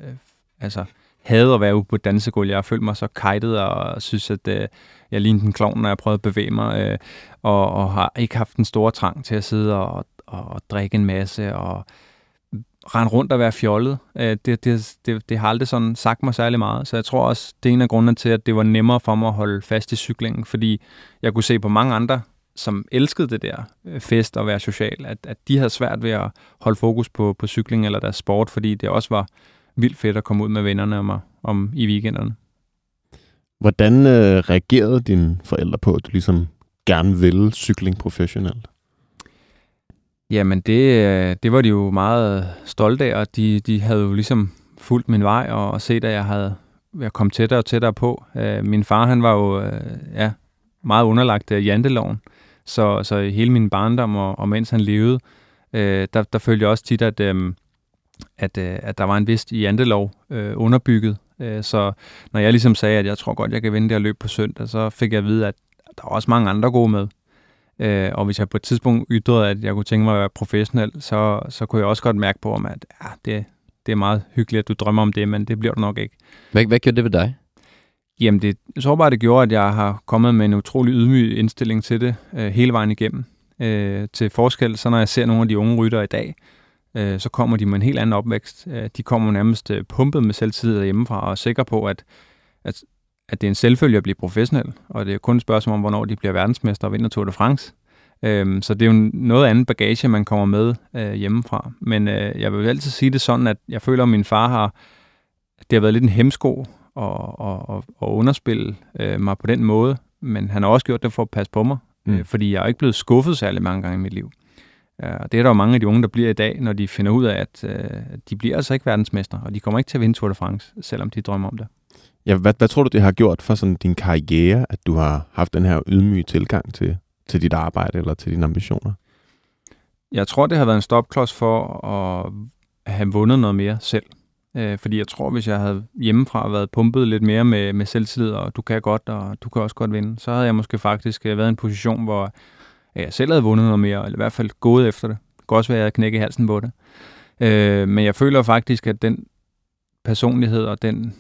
hadet at være ude på dansegulv. Jeg har følt mig så kajtet, og synes, at jeg lignede en klovn, når jeg prøvede at bevæge mig, og har ikke haft en stor trang til at sidde og drikke en masse, og rende rundt og være fjollet. Det har aldrig sådan sagt mig særlig meget, så jeg tror også, det er en af grundene til, at det var nemmere for mig at holde fast i cyklingen, fordi jeg kunne se på mange andre, som elskede det der fest og være social, at de havde svært ved at holde fokus på cykling eller deres sport, fordi det også var vildt fedt at komme ud med vennerne om i weekenderne. Hvordan reagerede dine forældre på, at du ligesom gerne ville cykling professionelt? Jamen, det var de jo meget stolte af, og de havde jo ligesom fulgt min vej og set, at jeg kom tættere og tættere på. Min far, han var jo meget underlagt janteloven, så i hele min barndom og mens han levede, der følte jeg også tit, at der var en vist jantelov underbygget. Så når jeg ligesom sagde, at jeg tror godt, jeg kan vinde det her løb på søndag, så fik jeg at vide, at der var også mange andre gode med. Og hvis jeg på et tidspunkt ytrede, at jeg kunne tænke mig at være professionel, så kunne jeg også godt mærke på, at det er meget hyggeligt, at du drømmer om det, men det bliver du nok ikke. Hvad gjorde det ved dig? Jamen, det gjorde, at jeg har kommet med en utrolig ydmyg indstilling til det hele vejen igennem. Til forskel, så når jeg ser nogle af de unge ryttere i dag, så kommer de med en helt anden opvækst. De kommer nærmest pumpet med selvtillid hjemmefra og er sikre på, at det er en selvfølge at blive professionel, og det er kun et spørgsmål om, hvornår de bliver verdensmester og vinder Tour de France. Så det er jo noget andet bagage, man kommer med hjemmefra. Men jeg vil altid sige det sådan, at jeg føler, at min far det har været lidt en hæmsko at underspille mig på den måde, men han har også gjort det for at passe på mig, fordi jeg er ikke blevet skuffet særlig mange gange i mit liv. Og det er der jo mange af de unge, der bliver i dag, når de finder ud af, at de bliver altså ikke verdensmester, og de kommer ikke til at vinde Tour de France, selvom de drømmer om det. Ja, hvad tror du, det har gjort for sådan din karriere, at du har haft den her ydmyge tilgang til dit arbejde eller til dine ambitioner? Jeg tror, det har været en stopklods for at have vundet noget mere selv. Fordi jeg tror, hvis jeg havde hjemmefra været pumpet lidt mere med selvtillid, og du kan godt, og du kan også godt vinde, så havde jeg måske faktisk været i en position, hvor jeg selv havde vundet noget mere, eller i hvert fald gået efter det. Det kan også være, at jeg havde knækket halsen på det. Men jeg føler faktisk, at den personlighed og den,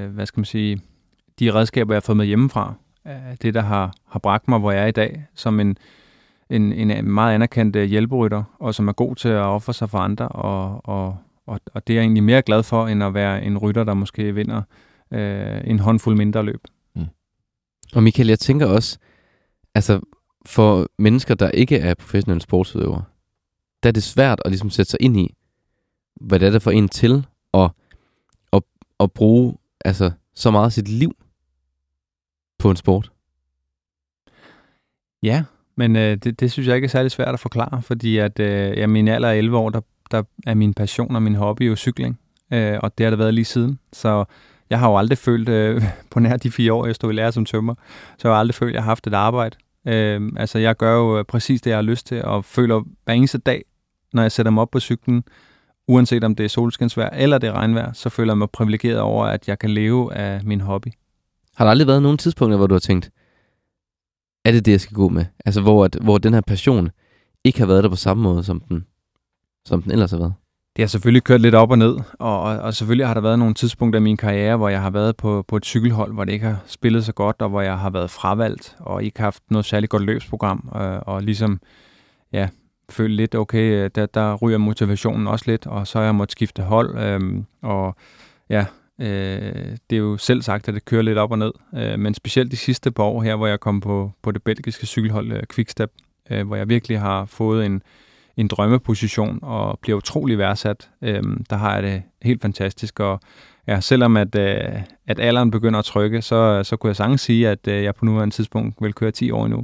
de redskaber, jeg har fået med hjemmefra, det, der har bragt mig, hvor jeg er i dag, som en meget anerkendt hjælperytter, og som er god til at ofre sig for andre, og det er jeg egentlig mere glad for, end at være en rytter, der måske vinder en håndfuld mindre løb. Og Michael, jeg tænker også, for mennesker, der ikke er professionelle sportsudøvere, der er det svært at ligesom sætte sig ind i, hvad det er for en til at bruge så meget af sit liv på en sport. Ja, men det synes jeg ikke er særlig svært at forklare, fordi at min alder af 11 år, der er min passion og min hobby jo cykling, og det har det været lige siden. Så jeg har jo aldrig følt, på nær de 4 år, jeg stod i lære som tømrer, så har jeg aldrig følt, at jeg har haft et arbejde. Jeg gør jo præcis det, jeg har lyst til, og føler hver eneste dag, når jeg sætter mig op på cyklen, uanset om det er solskinsvejr eller det er regnvejr, så føler jeg mig privilegeret over, at jeg kan leve af min hobby. Har der aldrig været nogle tidspunkter, hvor du har tænkt, er det, jeg skal gå med? Hvor den her passion ikke har været der på samme måde, som den ellers har været? Det har selvfølgelig kørt lidt op og ned, og selvfølgelig har der været nogle tidspunkter i min karriere, hvor jeg har været på et cykelhold, hvor det ikke har spillet så godt, og hvor jeg har været fravalgt, og ikke haft noget særligt godt løbsprogram, og ligesom, følt lidt, okay, der ryger motivationen også lidt, og så har jeg måttet skifte hold, det er jo selv sagt, at det kører lidt op og ned, men specielt de sidste par år her, hvor jeg kom på det belgiske cykelhold Quickstep, hvor jeg virkelig har fået en drømmeposition og bliver utrolig værdsat. Der har jeg det helt fantastisk, og ja, selvom at alderen begynder at trykke, så kunne jeg sagtens sige, at jeg på nuværende tidspunkt vil køre 10 år endnu.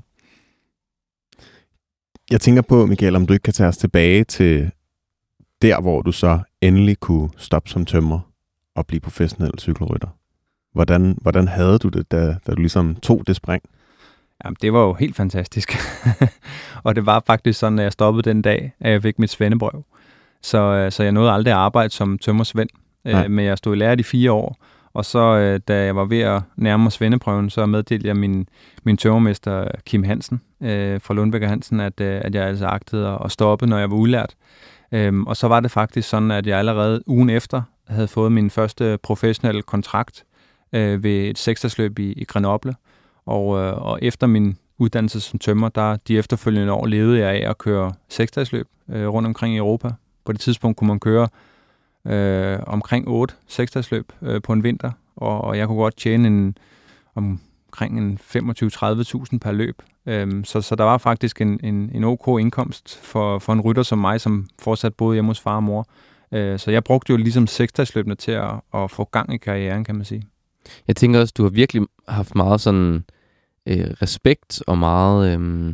Jeg tænker på, Michael, om du ikke kan tage os tilbage til der, hvor du så endelig kunne stoppe som tømrer og blive professionel cykelrytter. Hvordan havde du det, da du ligesom tog det spring? Jamen, det var jo helt fantastisk. Og det var faktisk sådan, at jeg stoppede den dag, at jeg fik mit svendebrev. Så jeg nåede aldrig at arbejde som tømrersvend, men jeg stod i lære de 4 år. Og så, da jeg var ved at nærme mig svendeprøven, så meddelte jeg min tømrermester Kim Hansen fra Lundbæk & Hansen, at jeg altså agtede at stoppe, når jeg var udlært. Og så var det faktisk sådan, at jeg allerede ugen efter havde fået min første professionelle kontrakt ved et seksdagsløb i Grenoble. Og efter min uddannelse som tømrer, der de efterfølgende år levede jeg af at køre seksdagsløb rundt omkring i Europa. På det tidspunkt kunne man køre omkring 8 seksdagsløb på en vinter, og jeg kunne godt tjene omkring 25-30.000 per løb. Så der var faktisk en ok indkomst for en rytter som mig, som fortsat boede hjemme hos far og mor. Så jeg brugte jo ligesom seksdagsløbene til at få gang i karrieren, kan man sige. Jeg tænker også, du har virkelig haft meget sådan respekt og meget...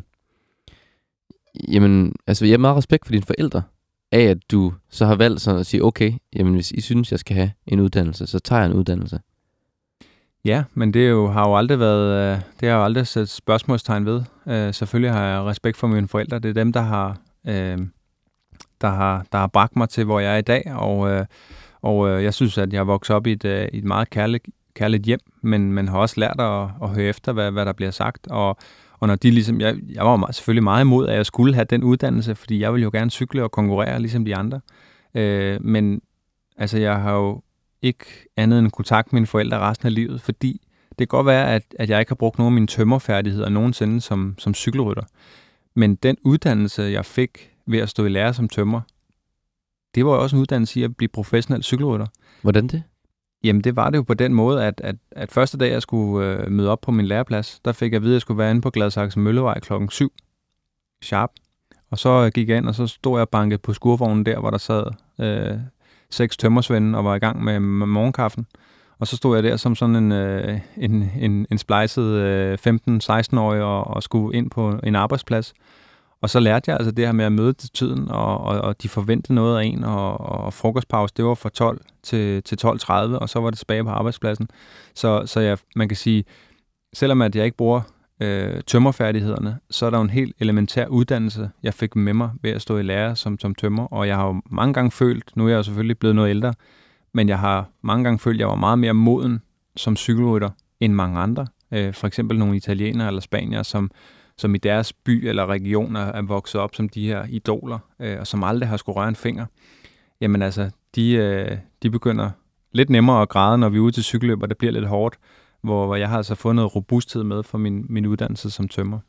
jeg har meget respekt for dine forældre, af at du så har valgt sådan at sige, okay, jamen hvis I synes, jeg skal have en uddannelse, så tager jeg en uddannelse. Ja, men det har jo aldrig været, det har jo aldrig sat spørgsmålstegn ved. Selvfølgelig har jeg respekt for mine forældre. Det er dem, der har bragt mig til, hvor jeg er i dag, og jeg synes, at jeg har vokset op i et meget kærligt hjem, men har også lært at høre efter, hvad der bliver sagt, og når de ligesom, jeg var selvfølgelig meget imod, at jeg skulle have den uddannelse, fordi jeg ville jo gerne cykle og konkurrere, ligesom de andre. Men altså, jeg har jo ikke andet end kunne takke mine forældre resten af livet, fordi det kan godt være, at jeg ikke har brugt nogen af mine tømmerfærdigheder nogensinde som cykelrytter. Men den uddannelse, jeg fik ved at stå i lære som tømrer, det var jo også en uddannelse i at blive professionel cykelrytter. Hvordan det? Jamen, det var det jo på den måde, at første dag, jeg skulle møde op på min læreplads, der fik jeg at vide, at jeg skulle være inde på Gladsaxe Møllevej 7 sharp. Og så gik jeg ind, og så stod jeg og bankede på skurvognen der, hvor der sad 6 tømmersvende og var i gang med morgenkaffen. Og så stod jeg der som sådan en splejset 15-16-årig og skulle ind på en arbejdsplads. Og så lærte jeg altså det her med at møde til tiden, og de forventede noget af en, og frokostpause, det var fra 12 til 12.30, og så var det tilbage på arbejdspladsen. Så man kan sige, selvom at jeg ikke bruger tømmerfærdighederne, så er der jo en helt elementær uddannelse, jeg fik med mig ved at stå i lære som tømrer, og jeg har jo mange gange følt, nu er jeg jo selvfølgelig blevet noget ældre, men jeg har mange gange følt, at jeg var meget mere moden som cykelrytter end mange andre. For eksempel nogle italienere eller spaniere, som i deres by eller region er vokset op som de her idoler, og som aldrig har skulle røre en finger. Jamen altså, de begynder lidt nemmere at græde, når vi er ude til cykelløb, og det bliver lidt hårdt, hvor jeg har altså fået noget robusthed med for min uddannelse som tømrer.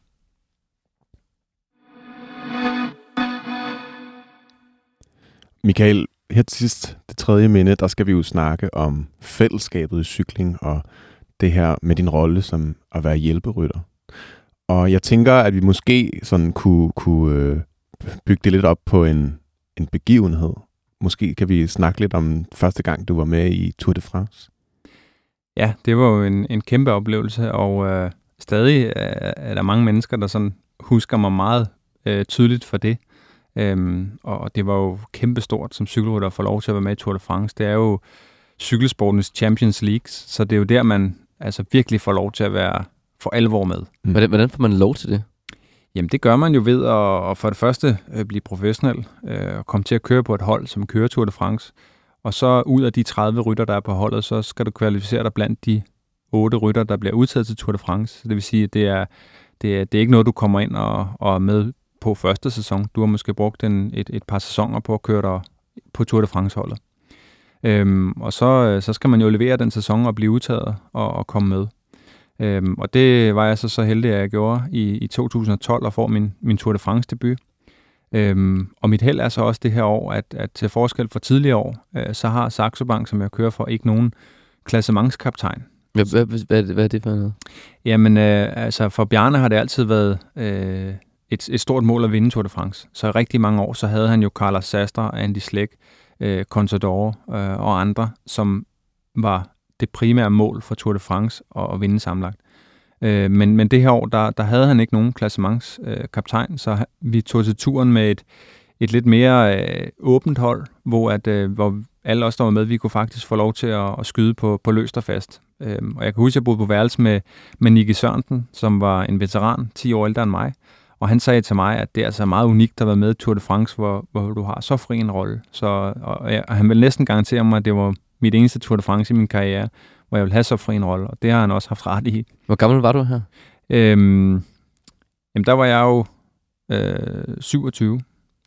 Michael, her til sidst, det 3. minde, der skal vi jo snakke om fællesskabet i cykling, og det her med din rolle som at være hjælperytter. Og jeg tænker, at vi måske sådan kunne bygge det lidt op på en begivenhed. Måske kan vi snakke lidt om første gang, du var med i Tour de France. Ja, det var jo en kæmpe oplevelse, og stadig er der mange mennesker, der sådan husker mig meget tydeligt for det. Og det var jo kæmpestort som cykelrytter at få lov til at være med i Tour de France. Det er jo cykelsportens Champions League, så det er jo der, man altså virkelig får lov til at være for alvor med. Hvordan får man lov til det? Jamen, det gør man jo ved at for det første blive professionel og komme til at køre på et hold, som kører Tour de France. Og så ud af de 30 rytter, der er på holdet, så skal du kvalificere dig blandt de 8 rytter, der bliver udtaget til Tour de France. Det vil sige, at det er ikke noget, du kommer ind og er med på første sæson. Du har måske brugt et par sæsoner på at køre dig på Tour de France-holdet. Og så skal man jo levere den sæson og blive udtaget og komme med. Og det var jeg så heldig, at jeg gjorde i 2012 og får min Tour de France-debut. Og mit held er så også det her år, at til forskel fra tidligere år, så har Saxo Bank, som jeg kører for, ikke nogen klassementskaptajn. Hvad er det for noget? Jamen, altså for Bjarne har det altid været et stort mål at vinde Tour de France. Så i rigtig mange år, så havde han jo Carlos Sastre, Andy Schleck, Contador og andre, som var det primære mål for Tour de France at vinde sammenlagt. Men det her år, der havde han ikke nogen klassementskaptajn, så vi tog til turen med et lidt mere åbent hold, hvor alle os, der var med, vi kunne faktisk få lov til at skyde på løst og fast. Og jeg kan huske, at jeg boede på værelse med Nicky Sørensen, som var en veteran, 10 år ældre end mig. Og han sagde til mig, at det er altså meget unikt at være med i Tour de France, hvor du har så fri en rolle. Og han ville næsten garantere mig, at det var mit eneste Tour de France i min karriere, hvor jeg ville have så fri en rolle. Og det har han også haft ret i. Hvor gammel var du her? Jamen, der var jeg jo 27.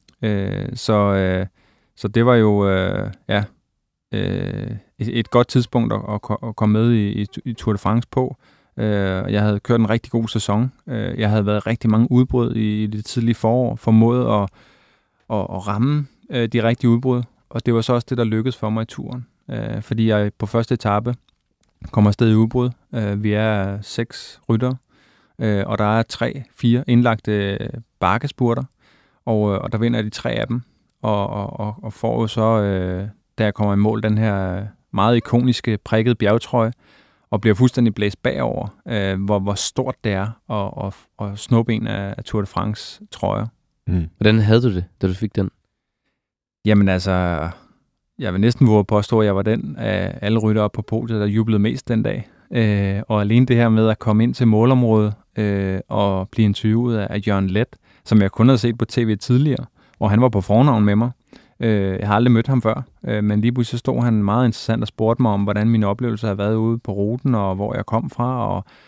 Så det var jo et godt tidspunkt at komme med i Tour de France på. Jeg havde kørt en rigtig god sæson. Jeg havde været rigtig mange udbrud i det tidlige forår, formået at ramme de rigtige udbrud, og det var så også det, der lykkedes for mig i turen. Fordi jeg på første etape kommer afsted i udbrud. Vi er 6 ryttere, og der er 3-4 indlagte bakkespurter, og der vinder de 3 af dem, og får jo så, da jeg kommer i mål, den her meget ikoniske prikkede bjergtrøje, og bliver fuldstændig blæst bagover, hvor stort det er at snuppe en af Tour de France trøjer. Hvordan havde du det, da du fik den? Jamen altså, jeg vil næsten våge påstå, at jeg var den af alle ryttere på podiet, der jublede mest den dag. Og alene det her med at komme ind til målområdet og blive interviewet af Jørgen Leth, som jeg kun havde set på tv tidligere, og han var på fornavn med mig. Jeg har aldrig mødt ham før, men lige pludselig stod han meget interessant og spurgte mig om, hvordan mine oplevelser havde været ude på ruten, og hvor jeg kom fra,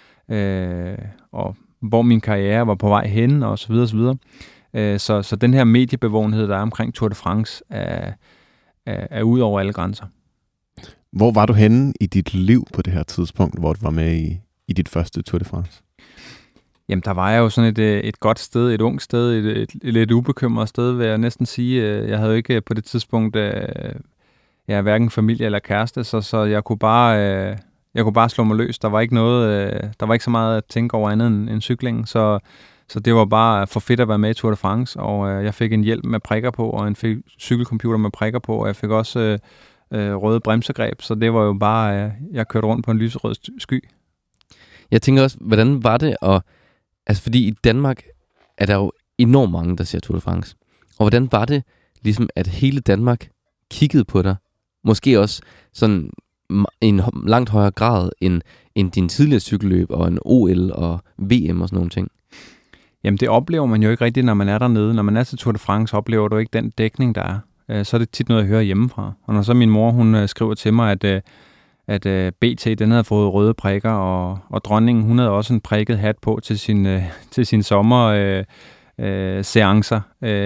og hvor min karriere var på vej hen, og så videre, så videre. Så den her mediebevågenhed, der er omkring Tour de France, er ud over alle grænser. Hvor var du henne i dit liv på det her tidspunkt, hvor du var med i dit første Tour de France? Jamen, der var jeg jo sådan et godt sted, et ungt sted, et lidt ubekymret sted, vil jeg næsten sige. Jeg havde jo ikke på det tidspunkt hverken familie eller kæreste, så jeg kunne bare slå mig løs. Der var ikke noget, der var ikke så meget at tænke over andet end cyklingen, så det var bare for fedt at være med i Tour de France, og jeg fik en hjelm med prikker på, og en cykelcomputer med prikker på, og jeg fik også røde bremsegreb, så det var jo bare, jeg kørte rundt på en lyserød sky. Jeg tænker også, hvordan var det at... Altså, fordi i Danmark er der jo enormt mange, der ser Tour de France. Og hvordan var det, ligesom at hele Danmark kiggede på dig? Måske også sådan i en langt højere grad end din tidligere cykelløb og en OL og VM og sådan nogle ting. Jamen, det oplever man jo ikke rigtigt, når man er dernede. Når man er til Tour de France, oplever du ikke den dækning, der er. Så er det tit noget, jeg hører hjemmefra. Og når så min mor, hun skriver til mig, at BT, den havde fået røde prikker, og dronningen, hun havde også en prikket hat på til sin sommerseancer.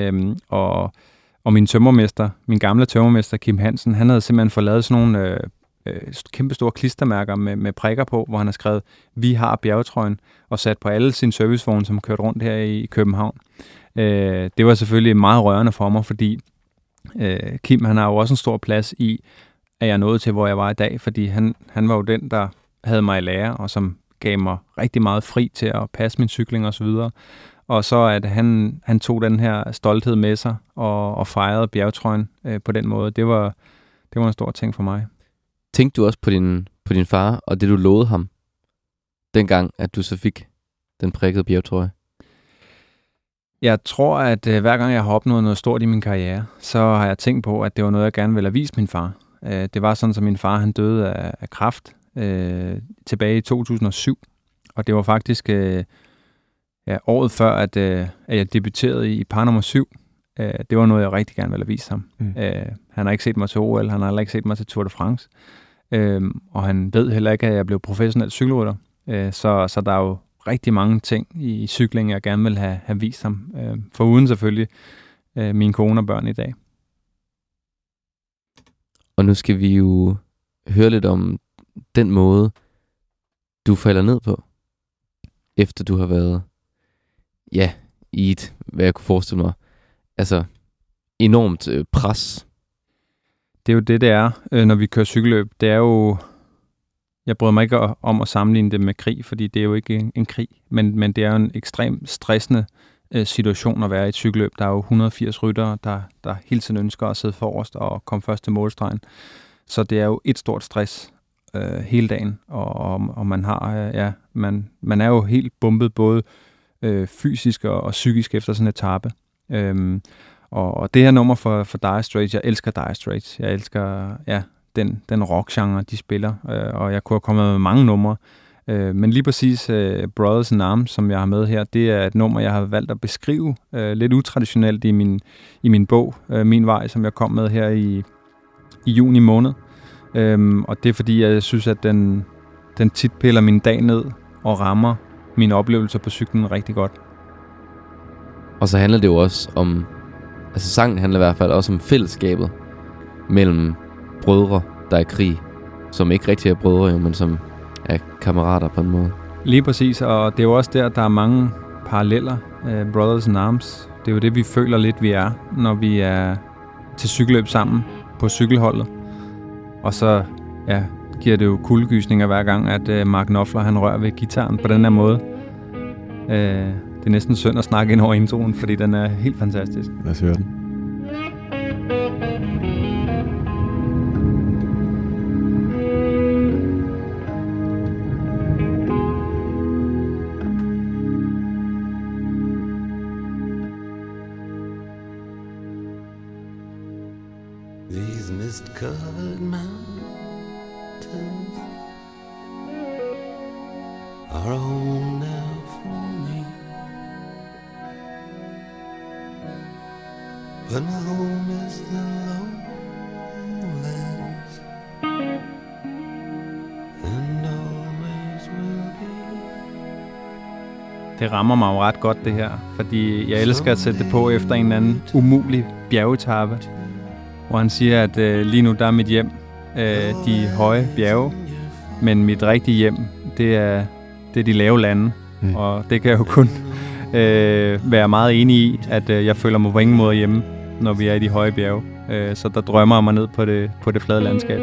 Og min gamle tømmermester, Kim Hansen, han havde simpelthen fået lavet sådan nogle kæmpe store klistermærker med prikker på, hvor han har skrevet, vi har bjergetrøjen, og sat på alle sine servicevogne, som kørte rundt her i København. Det var selvfølgelig meget rørende for mig, fordi Kim, han har jo også en stor plads i, at jeg nåede til, hvor jeg var i dag, fordi han var jo den, der havde mig i lære, og som gav mig rigtig meget fri til at passe min cykling og så videre. Og så at han tog den her stolthed med sig og fejrede bjergetrøjen på den måde. Det var en stor ting for mig. Tænkte du også på din far og det, du lovede ham, dengang, at du så fik den prikkede bjergetrøje? Jeg tror, at hver gang jeg har opnået noget stort i min karriere, så har jeg tænkt på, at det var noget, jeg gerne ville have vist min far. Det var sådan, at min far han døde af kræft tilbage i 2007. Og det var faktisk året før, at jeg debuterede i par nummer 7. Det var noget, jeg rigtig gerne ville have vist ham. Han har ikke set mig til OL, han har heller ikke set mig til Tour de France. Og han ved heller ikke, at jeg blev professionel cykelrytter. Så der er jo rigtig mange ting i cykling, jeg gerne vil have vist ham. Foruden selvfølgelig mine kone og børn i dag. Og nu skal vi jo høre lidt om den måde, du falder ned på, efter du har været, i et, hvad jeg kunne forestille mig, altså enormt pres. Det er jo det er, når vi kører cykelløb. Det er jo, jeg bryder mig ikke om at sammenligne det med krig, fordi det er jo ikke en krig, men det er jo en ekstremt stressende situation at være i et cykelløb. Der er jo 180 ryttere, der hele tiden ønsker at sidde forrest og komme først til målstregen. Så det er jo et stort stress hele dagen, og man har man er jo helt bumpet både fysisk og psykisk efter sådan en etape. Og det her nummer for Dire Straits, jeg elsker Dire Straits. Jeg elsker den rockgenre, de spiller, og jeg kunne have kommet med mange numre. Men lige præcis Brothers in Arms, som jeg har med her, det er et nummer, jeg har valgt at beskrive lidt utraditionelt i min bog, Min Vej, som jeg kom med her i juni måned. Og det er fordi, jeg synes, at den tit piller min dag ned og rammer mine oplevelser på cyklen rigtig godt. Og så handler det jo også om, altså sangen handler i hvert fald også om fællesskabet mellem brødre, der er i krig, som ikke rigtig er brødre, men som er kammerater på en måde. Lige præcis, og det er jo også der er mange paralleller. Brothers in Arms, det er jo det, vi føler lidt, vi er, når vi er til cykelløb sammen på cykelholdet. Og så giver det jo kuldegysninger hver gang, at Mark Knopfler han rører ved gitaren på den her måde. Det er næsten synd at snakke ind over introen, fordi den er helt fantastisk. Lad os høre den. These mist-covered mountains are home now for me, but my home is the lowlands, and always will be. Det rammer mig jo ret godt, det her, fordi jeg elsker at sætte det på efter en eller anden umulig bjergetape, hvor han siger, at lige nu der er mit hjem de høje bjerge, men mit rigtige hjem, det er de lave lande. Og det kan jeg jo kun være meget enig i, at jeg føler mig på ingen måde hjemme, når vi er i de høje bjerge. Så der drømmer jeg mig ned på det flade landskab.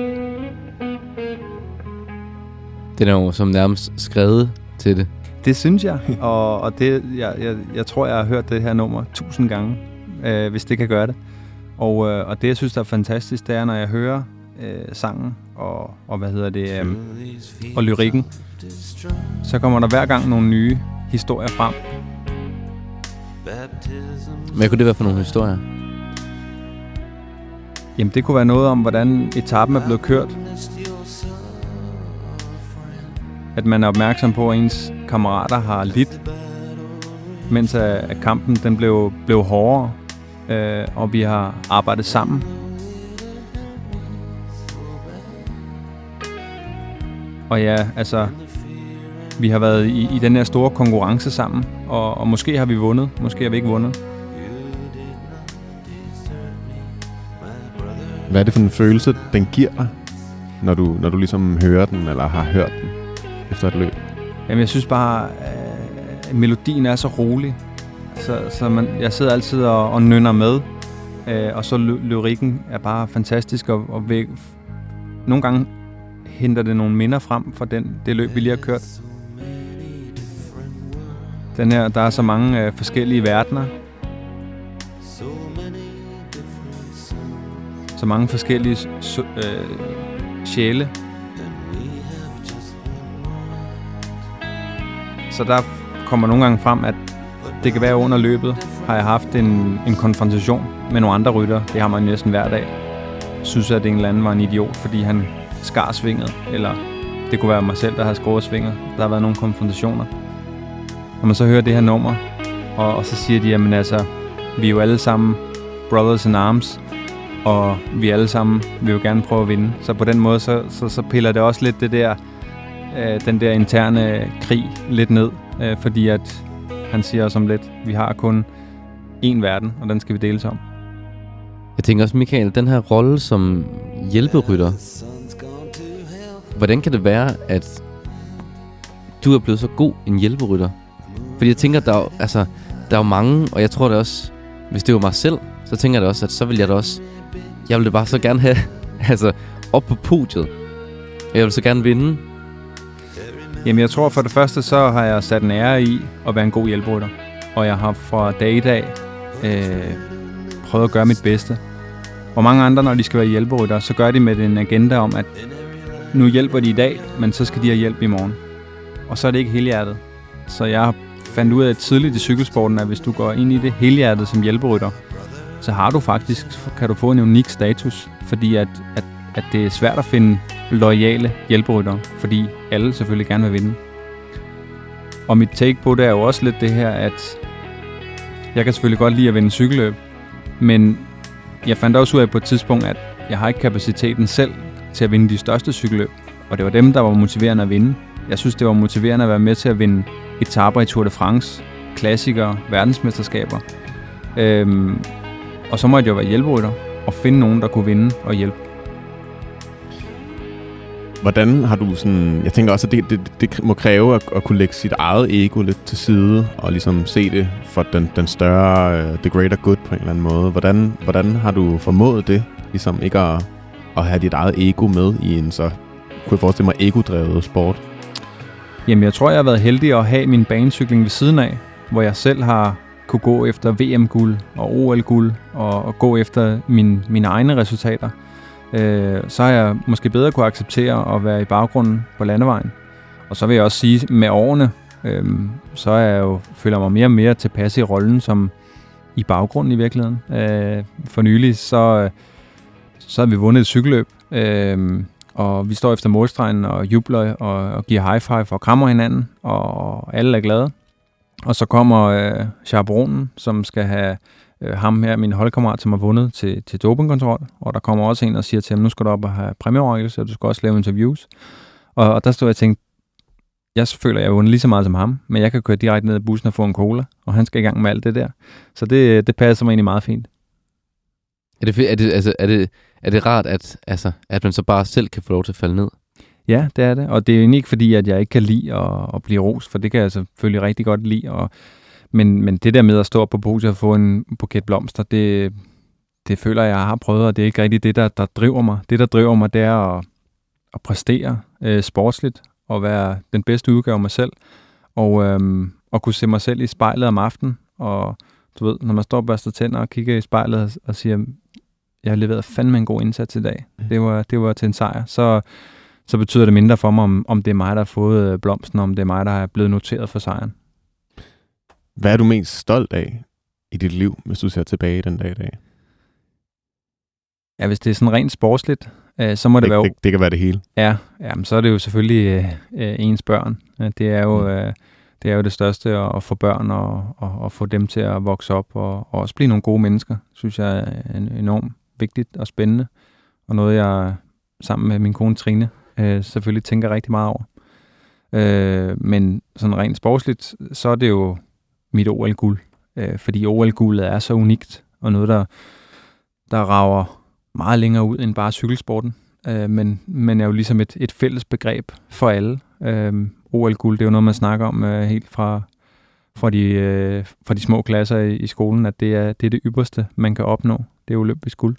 Det er jo som nærmest skrevet til det. Det synes jeg, og det, jeg tror, jeg har hørt det her nummer 1000 gange, hvis det kan gøre det. Og det, jeg synes, der er fantastisk, det er, når jeg hører sangen og og lyrikken, så kommer der hver gang nogle nye historier frem. Hvad kunne det være for nogle historier? Jamen, det kunne være noget om, hvordan etapen er blevet kørt. At man er opmærksom på, at ens kammerater har lidt, mens at kampen den blev hårdere, og vi har arbejdet sammen. Og ja, altså, vi har været i den her store konkurrence sammen, og måske har vi vundet, måske har vi ikke vundet. Hvad er det for en følelse, den giver dig, når du ligesom hører den, eller har hørt den efter et løb? Jamen, jeg synes bare, at melodien er så rolig. Så jeg sidder altid og nynner med, og så lyrikken er bare fantastisk, og nogle gange henter det nogle minder frem fra det løb, vi lige har kørt. Den her, der er så mange forskellige verdener. Så mange forskellige sjæle. Så der kommer nogle gange frem, at det kan være under løbet, har jeg haft en konfrontation med nogle andre ryttere. Det har man næsten hver dag. Synes, at en eller anden var en idiot, fordi han skar svinget. Eller det kunne være mig selv, der har skåret svinget. Der har været nogle konfrontationer. Når man så hører det her nummer, og så siger de, jamen altså, vi er jo alle sammen brothers in arms, og vi alle sammen vil jo gerne prøve at vinde. Så på den måde, så piller det også lidt det der, den der interne krig lidt ned, fordi at han siger også om lidt, vi har kun én verden, og den skal vi deles om. Jeg tænker også, Michael, den her rolle som hjælperytter, hvordan kan det være, at du er blevet så god en hjælperytter? Fordi jeg tænker, der er jo mange, og jeg tror det også, hvis det var mig selv, så tænker jeg det også, at så vil jeg det også, jeg vil det bare så gerne have, op på podiet. Jeg vil så gerne vinde. Jamen, jeg tror for det første, så har jeg sat en ære i at være en god hjælperytter. og jeg har fra dag i dag prøvet at gøre mit bedste. Og mange andre, når de skal være hjælperytter, så gør de med en agenda om, at nu hjælper de i dag, men så skal de have hjælp i morgen. Og så er det ikke helhjertet. Så jeg fandt ud af tidligt i cykelsporten, at hvis du går ind i det helhjertet som hjælperytter, så har du faktisk, kan du få en unik status, fordi at det er svært at finde loyale hjælperyttere, fordi alle selvfølgelig gerne vil vinde. Og mit take på det er jo også lidt det her, at jeg kan selvfølgelig godt lide at vinde cykelløb, men jeg fandt også ud af på et tidspunkt, at jeg har ikke kapaciteten selv til at vinde de største cykelløb, og det var dem, der var motiverende at vinde. Jeg synes, det var motiverende at være med til at vinde etaper i Tour de France, klassikere, verdensmesterskaber. Og så måtte jeg jo være hjælperytter og finde nogen, der kunne vinde og hjælpe. Hvordan har du sådan... Jeg tænker også, at det må kræve at kunne lægge sit eget ego lidt til side og ligesom se det for den større, the greater good på en eller anden måde. Hvordan har du formået det, ligesom ikke at have dit eget ego med i en så, kunne jeg forestille mig, ego-drevet sport? Jamen, jeg tror, jeg har været heldig at have min banecykling ved siden af, hvor jeg selv har kunne gå efter VM-guld og OL-guld og gå efter mine egne resultater. Så har jeg måske bedre kunne acceptere at være i baggrunden på landevejen. Og så vil jeg også sige, med årene, så er jeg jo, føler mig mere og mere tilpas i rollen som i baggrunden i virkeligheden. For nylig, så har vi vundet et cykelløb, og vi står efter målstregen og jubler og giver high five og krammer hinanden, og alle er glade. Og så kommer chaperonen, som skal have ham her, min holdkammerat, som har vundet til dopingkontrol, og der kommer også en og siger til ham, nu skal du op og have præmieoverrækkelse, og du skal også lave interviews. Og der stod jeg og tænkte, jeg føler, jeg har vundet lige så meget som ham, men jeg kan køre direkte ned i bussen og få en cola, og han skal i gang med alt det der. Så det passer mig egentlig meget fint. Er det rart, at man så bare selv kan få lov til at falde ned? Ja, det er det. Og det er jo ikke fordi, at jeg ikke kan lide at blive rost, for det kan jeg selvfølgelig rigtig godt lide. Men det der med at stå op på podiet og få en buket blomster, det føler jeg har prøvet, og det er ikke rigtig det, der driver mig. Det, der driver mig, det er at præstere sportsligt og være den bedste udgave af mig selv. Og kunne se mig selv i spejlet om aftenen. Og du ved, når man står og børster tænder og kigger i spejlet og siger, jeg har leveret fandme en god indsats i dag. Det var til en sejr. Så betyder det mindre for mig, om det er mig, der har fået blomsten, om det er mig, der er blevet noteret for sejren. Hvad er du mest stolt af i dit liv, hvis du ser tilbage den dag i dag? Ja, hvis det er sådan rent sportsligt, så må det være... Det kan være det hele. Ja, men så er det jo selvfølgelig ens børn. Det er jo det største at få børn og få dem til at vokse op og også blive nogle gode mennesker, synes jeg er enormt vigtigt og spændende. Og noget, jeg sammen med min kone Trine selvfølgelig tænker rigtig meget over. Men sådan rent sportsligt, så er det jo mit OL-guld. Fordi OL-guldet er så unikt, og noget, der rager meget længere ud end bare cykelsporten. Men er jo ligesom et fælles begreb for alle. OL-guld, det er jo noget, man snakker om helt fra de små klasser i skolen, at det er det ypperste, man kan opnå. Det er olympisk guld.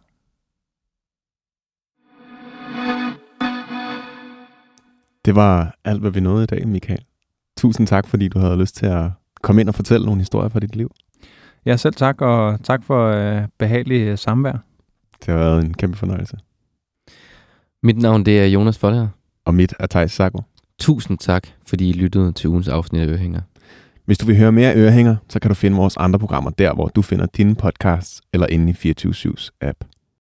Det var alt, hvad vi nåede i dag, Michael. Tusind tak, fordi du havde lyst til at komme ind og fortælle nogle historier fra dit liv. Ja, selv tak, og tak for behagelig samvær. Det har været en kæmpe fornøjelse. Mit navn, det er Jonas Folder. Og mit er Thijs Sacco. Tusind tak, fordi I lyttede til ugens afsnit af Ørehænger. Hvis du vil høre mere Ørehænger, så kan du finde vores andre programmer der, hvor du finder dine podcasts eller inde i 24/7's app.